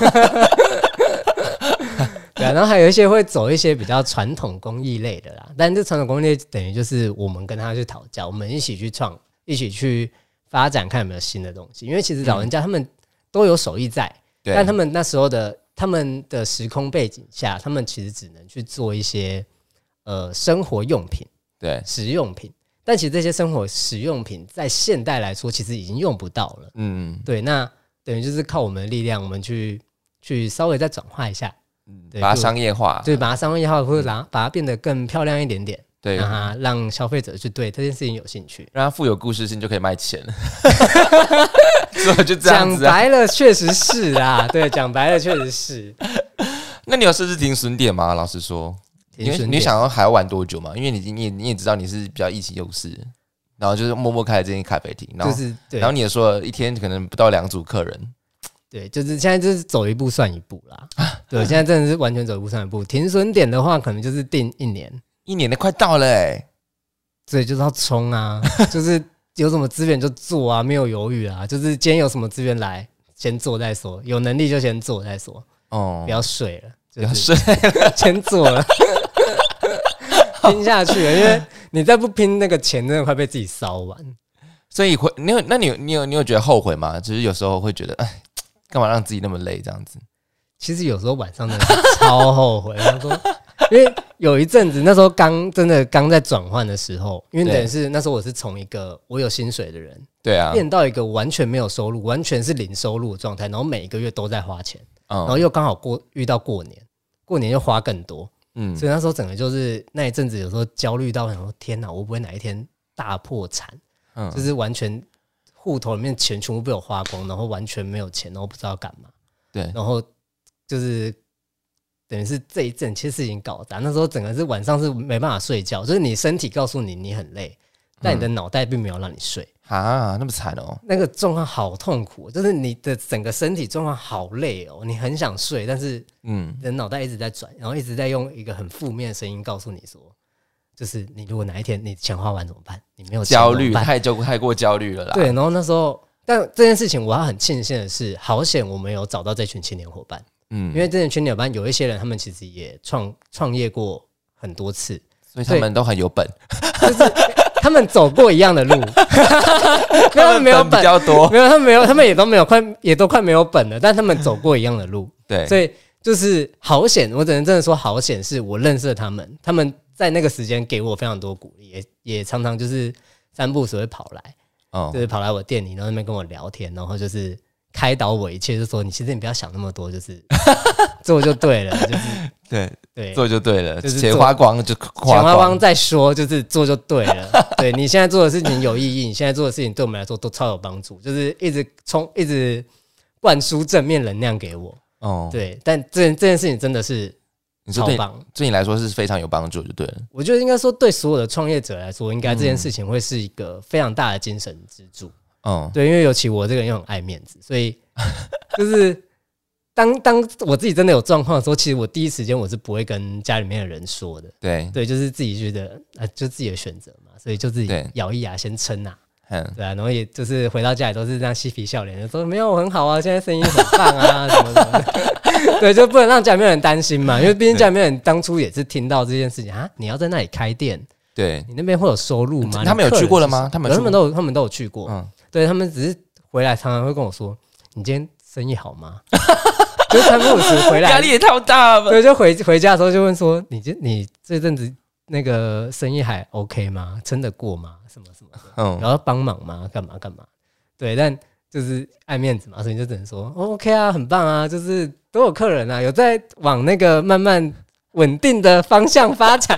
对啊，然后还有一些会走一些比较传统工艺类的啦，但这传统工艺类等于就是我们跟他去讨教，我们一起去创，一起去发展，看有没有新的东西。因为其实老人家他们都有手艺在，嗯、但他们那时候的他们的时空背景下，他们其实只能去做一些呃生活用品， 对， 实用品。但其实这些生活实用品在现代来说，其实已经用不到了。嗯，对，那等于就是靠我们的力量，我们去去稍微再转化一下。 嗯，把它商业化， 对，把它商业化，或者把它变得更漂亮一点点，对，让它让消费者去对这件事情有兴趣， 让它富有故事性，就可以卖钱了。所以就这样子、 啊，讲白了确实是啊，对，讲白了确实是。 那你有设置停损点吗？老实说，因为你想要还要玩多久嘛？因为你你也你也知道你是比较意气用事，然后就是默默开了这间咖啡厅，然后、就是、然后你也说一天可能不到两组客人。 对，就是现在就是走一步算一步啦。对，现在真的是完全走一步算一步。停损点的话，可能就是定一年， 一年的快到了哎、欸， 所以就是要冲啊，就是有什么资源就做啊，没有犹豫啊，就是今天有什么资源来，先做再说，有能力就先做再说。哦，不要睡了， 不要睡了， 先做了，拼下去了，因为你再不拼，那个钱真的快被自己烧完。 所以会，你有那你有你有你有觉得后悔吗？就是有时候会觉得，哎。 干嘛让自己那么累这样子？ 其实有时候晚上真的是超后悔，他说，因为有一阵子那时候刚真的刚在转换的时候，因为等于是那时候我是从一个我有薪水的人， 对啊， 变到一个完全没有收入，完全是零收入的状态，然后每一个月都在花钱，嗯、然后又刚好过遇到过年，过年又花更多，嗯，所以那时候整个就是那一阵子有时候焦虑到想说，天哪，我不会哪一天大破产，嗯，就是完全户头里面钱全部被我花光，然后完全没有钱，然后不知道干嘛， 对， 然后。就是等于是这一整切事情搞砸，那时候整个是晚上是没办法睡觉，就是你身体告诉你你很累，但你的脑袋并没有让你睡啊，那么惨哦， 那个状况好痛苦，就是你的整个身体状况好累哦，你很想睡，但是嗯，你的脑袋一直在转，然后一直在用一个很负面的声音告诉你说，就是你如果哪一天你钱花完怎么办？你没有钱焦虑，太就太过焦虑了啦。 对，然后那时候，但这件事情我要很庆幸的是，好险我们有找到这群青年伙伴。嗯，因为这群青年伙伴有一些人，他们其实也创创业过很多次， 所以他们都很有本， 就是他们走过一样的路，他们没有本比较多， 没有他们没有，他们也都没有快，也都快没有本了，但他们走过一样的路， 对， 所以就是好险，我只能真的说好险，是我认识了他们，他们在那个时间给我非常多鼓励，也也常常就是三不五时会跑来，哦，就是跑来我店里，然后那边跟我聊天，然后就是。开导我一切，就说你其实你不要想那么多，就是做就对了，就是对对， 做就对了，就是钱花光就花光， 钱花光再说，就是做就对了。对你现在做的事情有意义，你现在做的事情对我们来说都超有帮助，就是一直冲，一直灌输正面能量给我。哦，对，但这这件事情真的是超棒， 对你来说是非常有帮助，就对了。 我觉得应该说，对所有的创业者来说，应该这件事情会是一个非常大的精神支柱。嗯，对，因为尤其我这个人又很爱面子，所以就是当当我自己真的有状况的时候，其实我第一时间我是不会跟家里面的人说的。对对，就是自己觉得啊，就自己的选择嘛，所以就自己咬一牙先撑啊。对啊，然后也就是回到家里都是这样嬉皮笑脸的说没有我很好啊，现在生意很棒啊，什么什么的。对，就不能让家里面人担心嘛，因为毕竟家里面人当初也是听到这件事情啊，你要在那里开店，对你那边会有收入吗？ 他们有去过了吗？他们他们都有，他们都有去过。嗯。对他们只是回来，常常会跟我说：“你今天生意好吗？”就是三不五时回来， 压力也太大了。 对，就回回家的时候就问说：“你这你这阵子那个生意还 OK 吗？撑得过吗？什么什么的？嗯，然后帮忙吗？干嘛干嘛？”对，但就是爱面子嘛，所以就只能说、哦、：“OK 啊，很棒啊，就是都有客人啊，有在往那个慢慢稳定的方向发展。”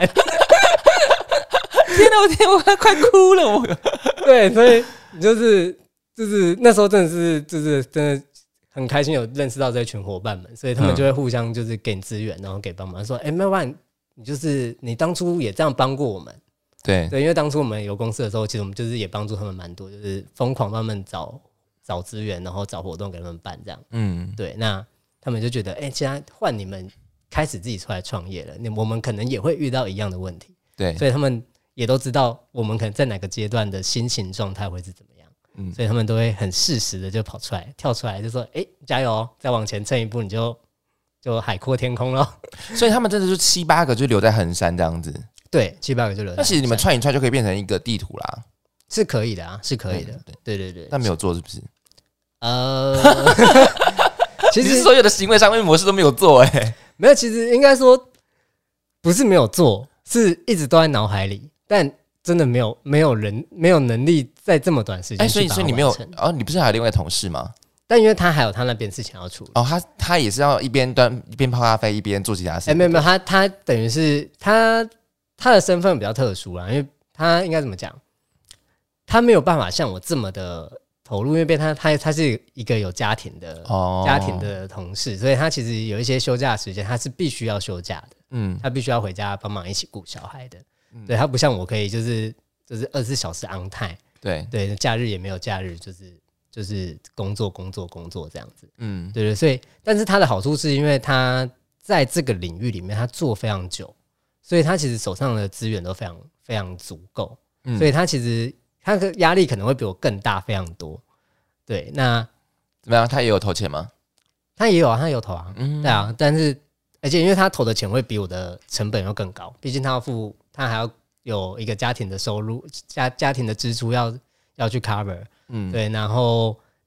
天哪，我天，我快哭了！我对，所以。就是就是那时候真的是就是真的很开心有认识到这群伙伴们，所以他们就会互相就是给你资源，然后给帮忙，说哎，没有办法，你就是你当初也这样帮过我们， 对对，因为当初我们有公司的时候，其实我们就是也帮助他们蛮多，就是疯狂帮他们找找资源，然后找活动给他们办这样，嗯，对，那他们就觉得哎，现在换你们开始自己出来创业了，我们可能也会遇到一样的问题，对，所以他们。也都知道我们可能在哪个阶段的心情状态会是怎么样，嗯，所以他们都会很适时的就跑出来跳出来就说哎、欸，加油，再往前蹭一步你就就海阔天空了。 所以他们真的就七八个就留在衡山这样子， 对，七八个就留在衡山。 那其实你们串一串就可以变成一个地图啦， 是可以的啊，是可以的，对对 对, 对。 但没有做是不是？ 呃，其实你是所有的行为商业模式都没有做哎、欸， 没有，其实应该说不是没有做，是一直都在脑海里。但真的没有没有人没有能力在这么短时间、欸， 所以所以你没有哦？你不是还有另外同事吗？ 但因为他还有他那边事情要处理哦，他他也是要一边端一边泡咖啡一边做其他事。 哎、欸，没有没有，他他等于是他他的身份比较特殊啦，因为他应该怎么讲？他没有办法像我这么的投入，因为他他他是一个有家庭的、哦、家庭的同事，所以他其实有一些休假的时间，他是必须要休假的。嗯，他必须要回家帮忙一起顾小孩的。对，他不像我可以就是就是二十四小时 on time， 对对，假日也没有假日，就是就是工作工作工作这样子，嗯，对对，所以但是他的好处是因为他在这个领域里面他做非常久，所以他其实手上的资源都非常非常足够，嗯，所以他其实他的压力可能会比我更大非常多。对，那怎么样？他也有投钱吗？ 他也有啊，他有投啊，嗯，对啊，但是而且因为他投的钱会比我的成本要更高，毕竟他要付。他还要有一个家庭的收入，家家庭的支出要要去 cover， 嗯，对，然后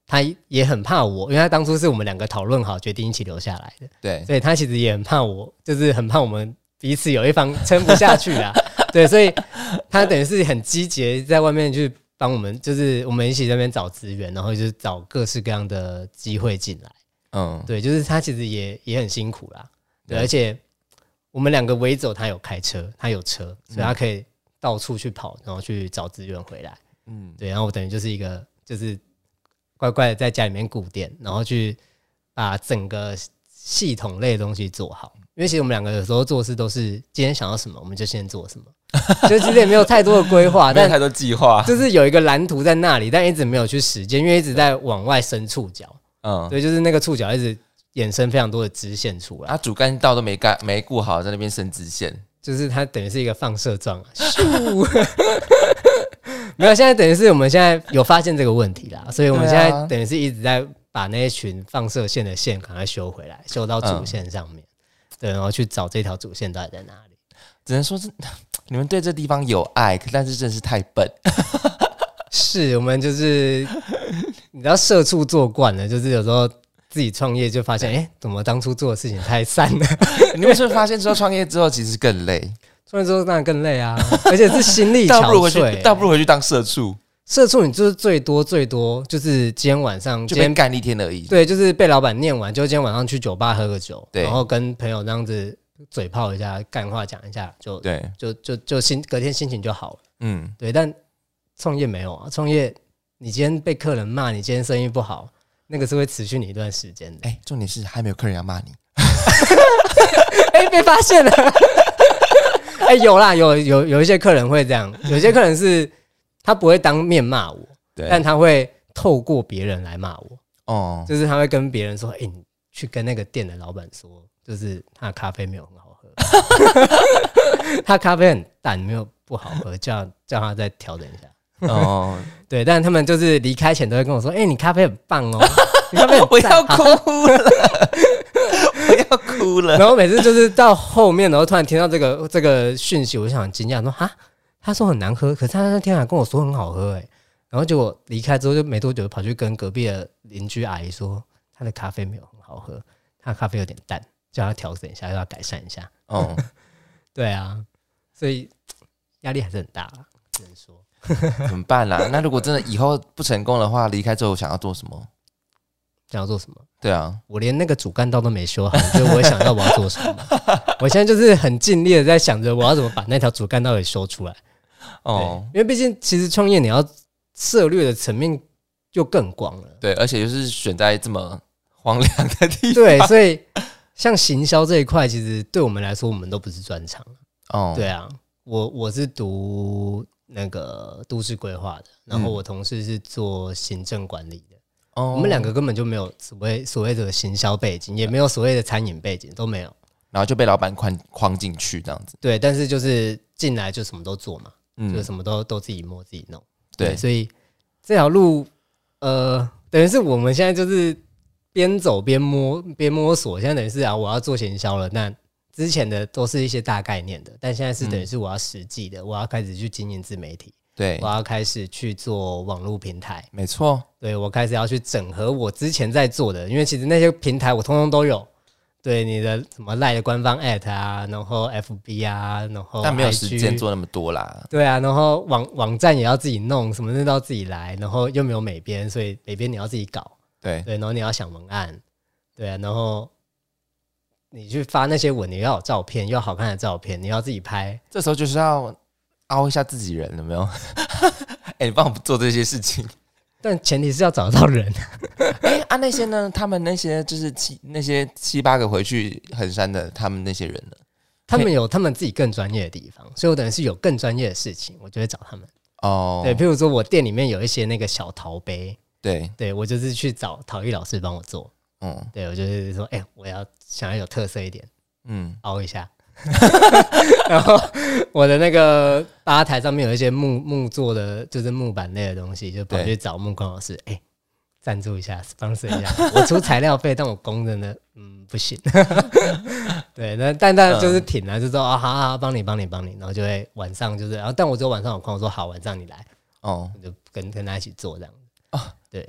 他也很怕我，因为他当初是我们两个讨论好决定一起留下来的， 对， 所以他其实也很怕我，就是很怕我们彼此有一方撑不下去啊。对，所以他等于是很积极在外面去帮我们，就是我们一起在那边找资源，然后就是找各式各样的机会进来。嗯，对，就是他其实也也很辛苦啦。对，而且我们两个围走，他有开车，他有车，所以他可以到处去跑，然后去找资源回来。嗯，对，然后我等于就是一个就是乖乖的在家里面顾店，然后去把整个系统类的东西做好。因为其实我们两个有时候做事都是今天想要什么我们就先做什么，就其实也没有太多的规划， 没有太多计划， 就是有一个蓝图在那里，但一直没有去实践，因为一直在往外伸触角。嗯，对，就是那个触角一直衍生非常多的支线出来， 啊，主干道都没干没顾好，在那边伸支线， 就是它等于是一个放射状、啊，咻没有，现在等于是我们现在有发现这个问题啦，所以我们现在等于是一直在把那一群放射线的线赶快修回来，修到主线上面。嗯，对，然后去找这条主线到底在哪里。 只能说是你们对这地方有爱，但是真是太笨。 是我们就是你知道社畜做惯了，就是有时候自己创业就发现，哎、欸，怎么当初做的事情太散了？ 你们是不是发现之后创业之后其实更累？ 创业之后当然更累啊，而且是心力憔悴、欸。 倒不如回去当社畜。 社畜你就是最多最多就是今天晚上就被干一天而已。 对，就是被老板念完，就今天晚上去酒吧喝个酒，然后跟朋友这样子嘴炮一下，干话讲一下，就对，就就就心隔天心情就好了。嗯，对。但创业没有啊，创业你今天被客人骂，你今天生意不好，那个是会持续你一段时间的。 哎、欸，重点是还没有客人要骂你。 哎、欸，被发现了。哎、欸，有啦，有有有一些客人会这样，有些客人是。他不会当面骂我，但他会透过别人来骂我。哦，就是他会跟别人说：“哎、欸，你去跟那个店的老板说，就是他的咖啡没有很好喝，他咖啡很淡，没有不好喝，叫叫他再调整一下。”哦，对，但他们就是离开前都会跟我说：“哎、欸，你咖啡很棒哦，你咖啡很我要哭了，我要哭了。” 然后每次就是到后面，然后突然听到这个这个讯息，我就想很惊讶说：“哈。”他说很难喝，可是他那天还跟我说很好喝哎、欸，然后结果离开之后就没多久，跑去跟隔壁的邻居阿姨说，他的咖啡没有很好喝，他的咖啡有点淡，叫他调整一下，要他改善一下。哦，对啊，所以压力还是很大啦，只能说怎么办啦、啊？那如果真的以后不成功的话，离开之后想要做什么？ 想要做什么？ 对啊，我连那个主干道都没修好，所以我会想到我要做什么。我现在就是很尽力的在想着我要怎么把那条主干道给修出来。哦，因为毕竟其实创业你要涉猎的层面就更广了。 对，而且就是选在这么荒凉的地方。 对，所以像行销这一块，其实对我们来说，我们都不是专长。哦，对啊，我我是读那个都市规划的，然后我同事是做行政管理的。哦，我们两个根本就没有所谓所谓的行销背景，也没有所谓的餐饮背景，都没有。 然后就被老板框框进去这样子。 对，但是就是进来就什么都做嘛。嗯，就什么都都自己摸自己弄，对，对，所以这条路，呃，等于是我们现在就是边走边摸边摸索。现在等于是啊，我要做行销了，那之前的都是一些大概念的，但现在是等于是我要实际的，我要开始去经营自媒体，对，我要开始去做网络平台， 没错， 对，我开始要去整合我之前在做的，因为其实那些平台我通通都有。对，你的什么 LINE 的官方 at 啊，然后 F B 啊，然后 I G， 但没有时间做那么多啦。 对啊，然后网网站也要自己弄，什么都要自己来，然后又没有美编，所以美编你要自己搞。对对，然后你要想文案，对啊，然后你去发那些文，你要有照片，要好看的照片，你要自己拍。 这时候就是要凹一下自己人，有没有？哎、欸，你帮我做这些事情。 但前提是要找到人。 哎、欸、啊，那些呢？他们那些就是七那些七八个回去衡山的，他们那些人呢？ 他们有他们自己更专业的地方，所以我等于是有更专业的事情，我就会找他们。哦，对，譬如说我店里面有一些那个小陶杯，对，对我就是去找陶艺老师帮我做。嗯，对我就是说，哎、欸，我要想要有特色一点，嗯，凹一下。然后我的那个吧台上面有一些木木做的，就是木板类的东西，就跑去找木工老师，哎、欸，赞助一下 sponsor 一下，我出材料费，但我工人呢，嗯，不行。对，那但但就是挺了，就说啊，好好，帮你帮你帮你，然后就会晚上就是，然后但我只有晚上有空，我说好，晚上你来，哦，我就跟跟他一起做这样子。哦，对，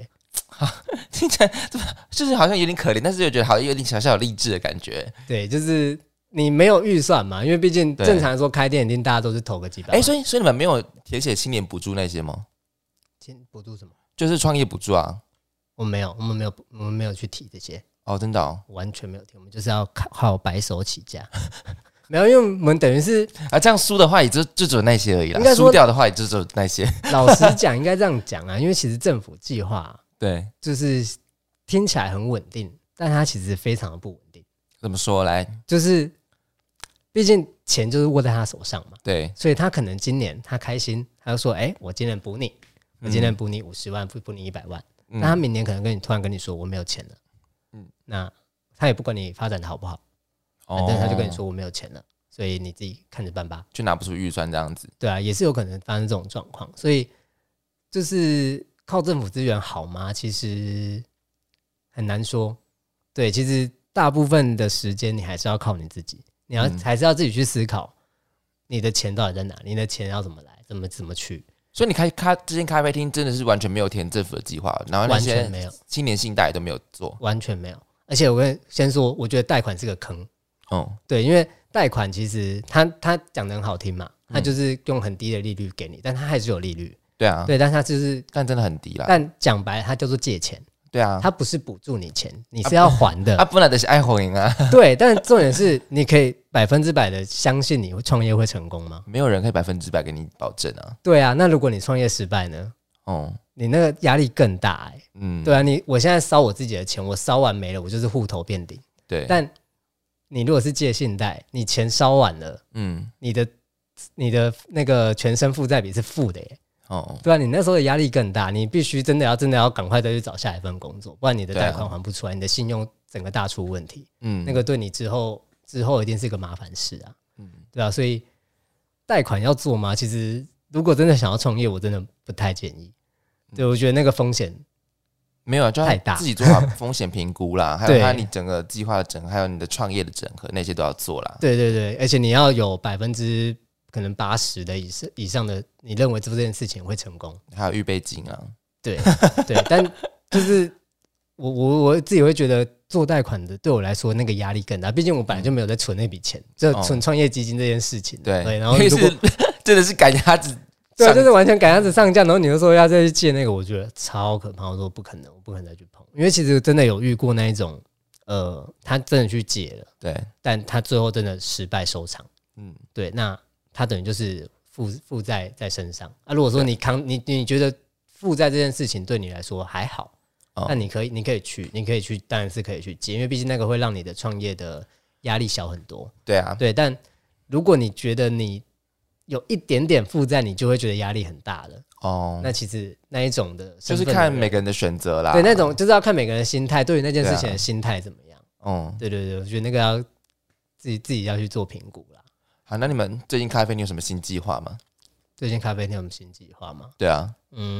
听起来就是好像有点可怜，但是又觉得好像有点小小有励志的感觉。 对，就是你没有预算嘛，因为毕竟正常来说开店一定大家都是投个几百万。 哎、欸，所以所以你们没有填写青年补助那些吗？ 青补助什么？ 就是创业补助啊。 我们没有，我们没有，我们没有去提这些。 哦，真的哦， 完全没有提，我们就是要靠白手起家。没有，因为我们等于是啊，这样输的话也就就只有那些而已啦。 应该说输掉的话也就只有那些。 老实讲，应该这样讲啊，因为其实政府计划对， 就是听起来很稳定，但它其实非常的不稳定。 怎么说来？ 就是毕竟钱就是握在他手上嘛， 对， 所以他可能今年他开心，他就说：“哎、欸，我今年补你，我今年补你五十万，补补你一百万。嗯”那他明年可能跟你突然跟你说：“我没有钱了。”嗯，那他也不管你发展的好不好。反正他就跟你说我没有钱了，所以你自己看着办吧， 就拿不出预算这样子。 对啊，也是有可能发生这种状况，所以就是靠政府资源好吗？其实很难说。对，其实大部分的时间你还是要靠你自己，你要、嗯、还是要自己去思考你的钱到底在哪，你的钱要怎么来，怎么怎么去。 所以你开咖这间咖啡厅真的是完全没有填政府的计划，然后那些青年信贷都没有做， 完全没有。而且我跟先说，我觉得贷款是个坑。哦，对，因为贷款其实他他讲的很好听嘛，他就是用很低的利率给你，但他还是有利率。 对啊， 对，但他就是， 但真的很低啦。 但讲白，他叫做借钱。 对啊， 他不是补助你钱，你是要还的。 啊，不然的是爱还啊。 对，但重点是，你可以百分之百的相信你创业会成功吗？ 没有人可以百分之百给你保证啊。 对啊，那如果你创业失败呢？哦，你那个压力更大哎、欸。嗯，对啊，你我现在烧我自己的钱，我烧完没了，我就是户头遍顶。 对， 但你如果是借信贷，你钱烧完了，嗯，你的你的那个全身负债比是负的耶，哦，对啊，你那时候的压力更大，你必须真的要真的要赶快再去找下一份工作，不然你的贷款还不出来，你的信用整个大出问题，嗯，那个对你之后之后一定是一个麻烦事啊，嗯，对啊，所以贷款要做吗？其实如果真的想要创业，我真的不太建议，对，我觉得那个风险。 没有，就要自己做好风险评估啦，还有他你整个计划的整合，还有你的创业的整合，那些都要做啦。 对对对，而且你要有百分之可能八十的以上以上的，你认为做这件事情会成功， 还有预备金啊。 对对，但就是我我我自己会觉得做贷款的对我来说那个压力更大，毕竟我本来就没有在存那笔钱，就存创业基金这件事情。 对对，然后如果真的是赶鸭子。 对，就是完全赶鸭子上架，然后你就说要再去借那个，我觉得超可怕。我说不可能，我不可能再去碰，因为其实真的有遇过那一种，呃，他真的去借了， 对， 但他最后真的失败收场，嗯，对，那他等于就是负负债在身上啊。如果说你扛你你觉得负债这件事情对你来说还好，哦、那你可以你可以去你可以去，当然是可以去借，因为毕竟那个会让你的创业的压力小很多。 对啊， 对，但如果你觉得你有一点点负债，你就会觉得压力很大了。哦，那其实那一种的就是看每个人的选择啦。 对，那种就是要看每个人的心态，对于那件事情的心态怎么样。嗯，对对对，我觉得那个要自己自己要去做评估啦。 好，那你们最近咖啡你有什么新计划吗？ 最近咖啡店有什么新计划吗？ 对啊，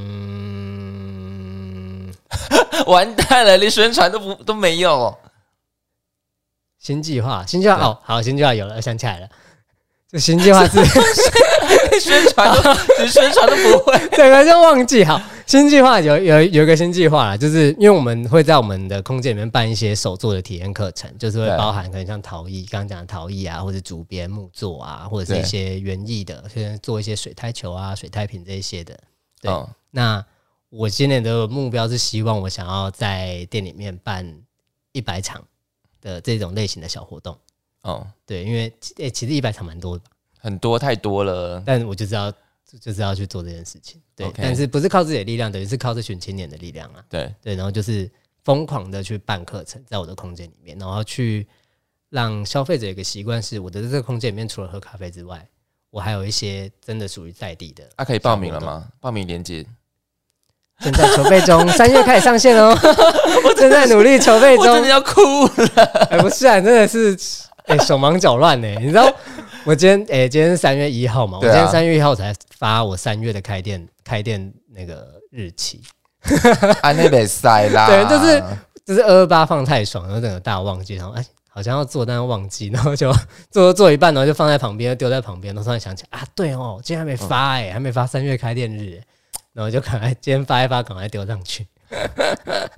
嗯，完蛋了，连宣传都不都没有。 新计划，新计划哦，好，新计划有了，我想起来了。这新计划是宣传都连宣传都不会， 整个就忘记。好，新计划有有有一个新计划啦，就是因为我们会在我们的空间里面办一些手作的体验课程，就是会包含可能像陶艺，刚刚讲的陶艺啊，或者竹编、木作啊，或者是一些园艺的，现在做一些水苔球啊、水苔瓶这一些的。对，哦、那我今年的目标是希望我想要在店里面办一百场的这种类型的小活动。哦，对，因为、欸、其实一百场蛮多的吧， 很多太多了， 但我就是要就是要去做这件事情，对， okay. 但是不是靠自己的力量，等于是靠这群青年的力量啊， 对对，然后就是疯狂的去办课程，在我的空间里面，然后去让消费者有一个习惯是，我的这个空间里面除了喝咖啡之外，我还有一些真的属于在地的。 啊，可以报名了吗？报名链接正在筹备中，三月开始上线哦。我正在努力筹备中， 我真的要哭了。 哎、欸，不是啊，真的是。哎、欸，手忙脚乱呢，你知道？我今天哎、欸，今天是三月一号嘛，啊、我今天三月一号才发我三月的开店开店那个日期。 啊，那没塞啦。 对，就是就是二二八放太爽，然后整个大忘记，然后哎，好像要做，但是忘记，然后就做做一半，然后就放在旁边，丢在旁边，然后突然想起来啊，对哦，今天还没发哎、欸，嗯、还没发三月开店日，然后就赶快今天发一发，赶快丢上去。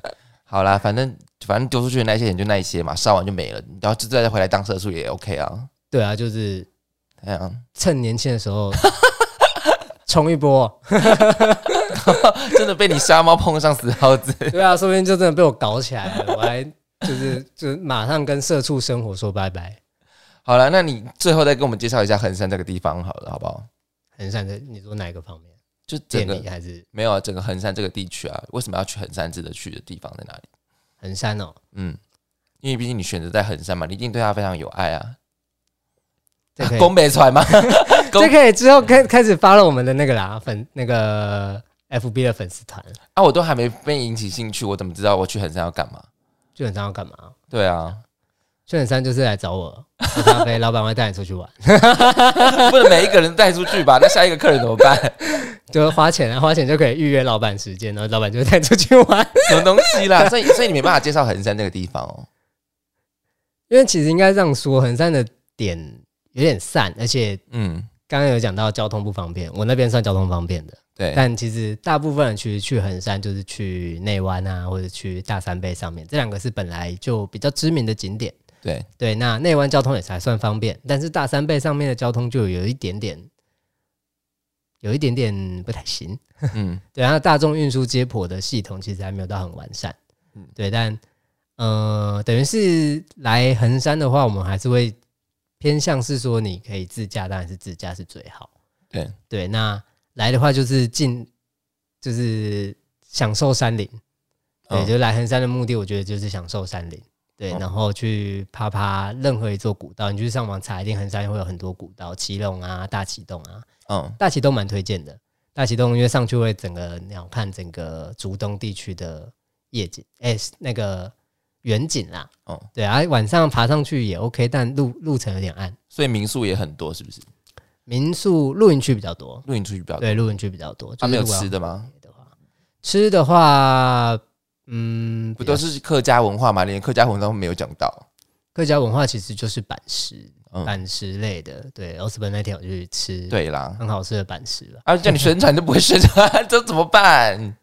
好啦，反正反正丢出去的那些钱就那一些嘛，烧完就没了，然后就再回来当社畜也 OK 啊。 对啊，就是哎呀， 趁年轻的时候冲一波。 真的被你瞎猫碰上死耗子。 对啊，说不定就真的被我搞起来了，我还就是就是马上跟社畜生活说拜拜。 好了，那你最后再跟我们介绍一下衡山这个地方好了，好不好？ 衡山的你说哪一个方面？ 就整个店里还是没有啊？整个衡山这个地区啊，为什么要去衡山值得去的地方在哪里？ 衡山哦， 嗯，因为毕竟你选择在衡山嘛，你一定对他非常有爱啊。 这可以宫北船吗？ 这可以之后开开始发了我们的那个啦粉那个 F B 的粉丝团啊，我都还没被引起兴趣，我怎么知道我去衡山要干嘛？ 去衡山要干嘛？ 对啊， 去衡山就是来找我喝咖啡，老板会带你出去玩。 不能每一个人带出去吧？那下一个客人怎么办？ 就花钱啊，花钱就可以预约老板时间，然后老板就会带出去玩。 什么东西啦？所以所以你没办法介绍衡山这个地方哦。 因为其实应该这样说，衡山的点有点散，而且嗯， 刚刚有讲到交通不方便，我那边算交通方便的。 对， 但其实大部分人其实去衡山就是去内湾啊，或者去大山背上面，这两个是本来就比较知名的景点。 对对，那内湾交通也才算方便，但是大山背上面的交通就有一点点，有一点点不太行。 嗯， 对，然后大众运输接驳的系统其实还没有到很完善。嗯，对，但呃，等于是来衡山的话，我们还是会偏向是说你可以自驾，当然是自驾是最好。 对对，那来的话就是进，就是享受山林。对， 嗯就来衡山的目的，我觉得就是享受山林。对， 嗯然后去爬爬任何一座古道，你去上网查，一定衡山会有很多古道，奇隆啊、大启洞啊， 嗯， 大启洞蛮推荐的。大启洞因为上去会整个鸟瞰整个竹东地区的夜景，哎、欸，那个远景啦。哦、嗯，对啊，晚上爬上去也 OK， 但路路程有点暗， 所以民宿也很多，是不是？ 民宿露营区比较多， 露营区比较多， 对，露营区比较多。 他、啊、没有吃的吗？ 吃的话，嗯， 不都是客家文化嘛？连客家文化都没有讲到。 客家文化其实就是板食，嗯、板食类的。对，奥斯本那天我就去吃， 对啦， 很好吃的板食了。 啊，叫你宣传都不会宣传，这怎么办？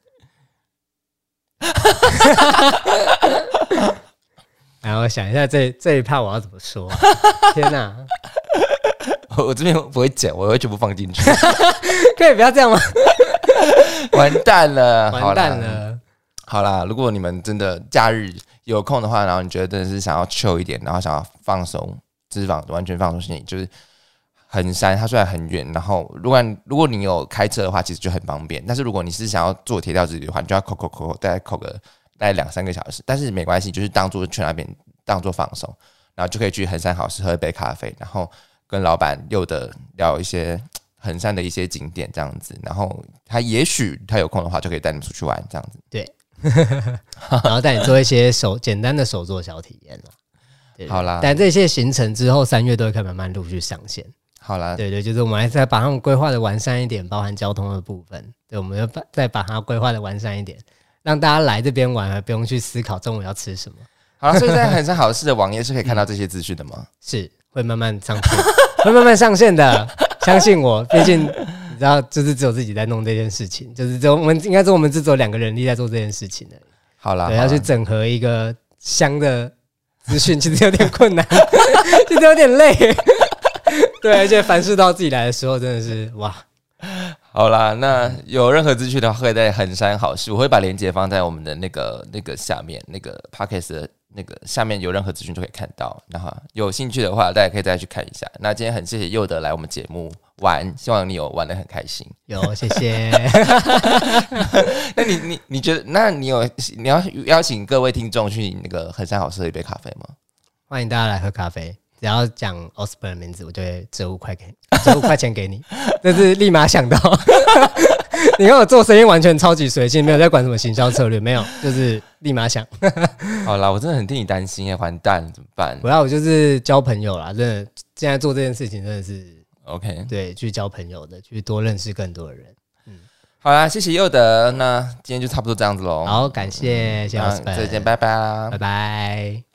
然后我想一下这这一趴我要怎么说、啊？天哪！ 我我这边不会剪，我会全部放进去。 可以不要这样吗？ 完蛋了， 完蛋了。 好啦，如果你们真的假日有空的话，然后你觉得真的是想要 chill 一点，然后想要放松，脂肪完全放松心情，就是衡山，它虽然很远，然后如果如果你有开车的话，其实就很方便。但是如果你是想要坐铁道之旅的话，你就要扣扣扣，大概扣个大概两三个小时。但是没关系，就是当做去那边当做放松，然后就可以去衡山好事喝一杯咖啡，然后跟老板又的聊一些衡山的一些景点这样子。然后他也许他有空的话，就可以带你们出去玩这样子。 对。然后带你做一些手简单的手作小体验啦。对， 好啦， 但这些行程之后三月都会开始慢慢陆续上线。 好啦， 对对，就是我们还在把它们规划的完善一点，包含交通的部分。对，我们要再把它规划的完善一点，让大家来这边玩，而不用去思考中午要吃什么。 好了，所以在衡山好事的网页是可以看到这些资讯的吗？ 是，会慢慢上线，会慢慢上线的，相信我，毕竟。你知道，就是只有自己在弄这件事情，就是只有我们应该说我们只有两个人力在做这件事情而已。 好啦， 对，要去整合一个香的资讯，其实有点困难，其实有点累。对，而且凡事到自己来的时候，真的是哇。 好啦，那有任何资讯的话，会在衡山好事，我会把链接放在我们的那个那个下面，那个 podcast 的那个下面有任何资讯就可以看到。然后有兴趣的话，大家可以再去看一下。那今天很谢谢佑德来我们节目玩，希望你有玩得很开心。 有，谢谢。 那你你你觉得，那你有你要邀请各位听众去那个衡山好事喝一杯咖啡吗？ 欢迎大家来喝咖啡。只要讲 Osborne 的名字，我就会折五块给折五块钱给你，这是立马想到。你看我做生意完全超级随性，没有在管什么行销策略，没有，就是立马想。 好啦，我真的很替你担心耶，完蛋怎么办？ 不要，我就是交朋友啦，真的，现在做这件事情真的是 OK， 对，去交朋友的，去多认识更多的人。嗯， 好啦，谢谢佑德，那今天就差不多这样子喽。 好，感谢，谢谢 Osborne， 再见，拜拜啦， 拜拜。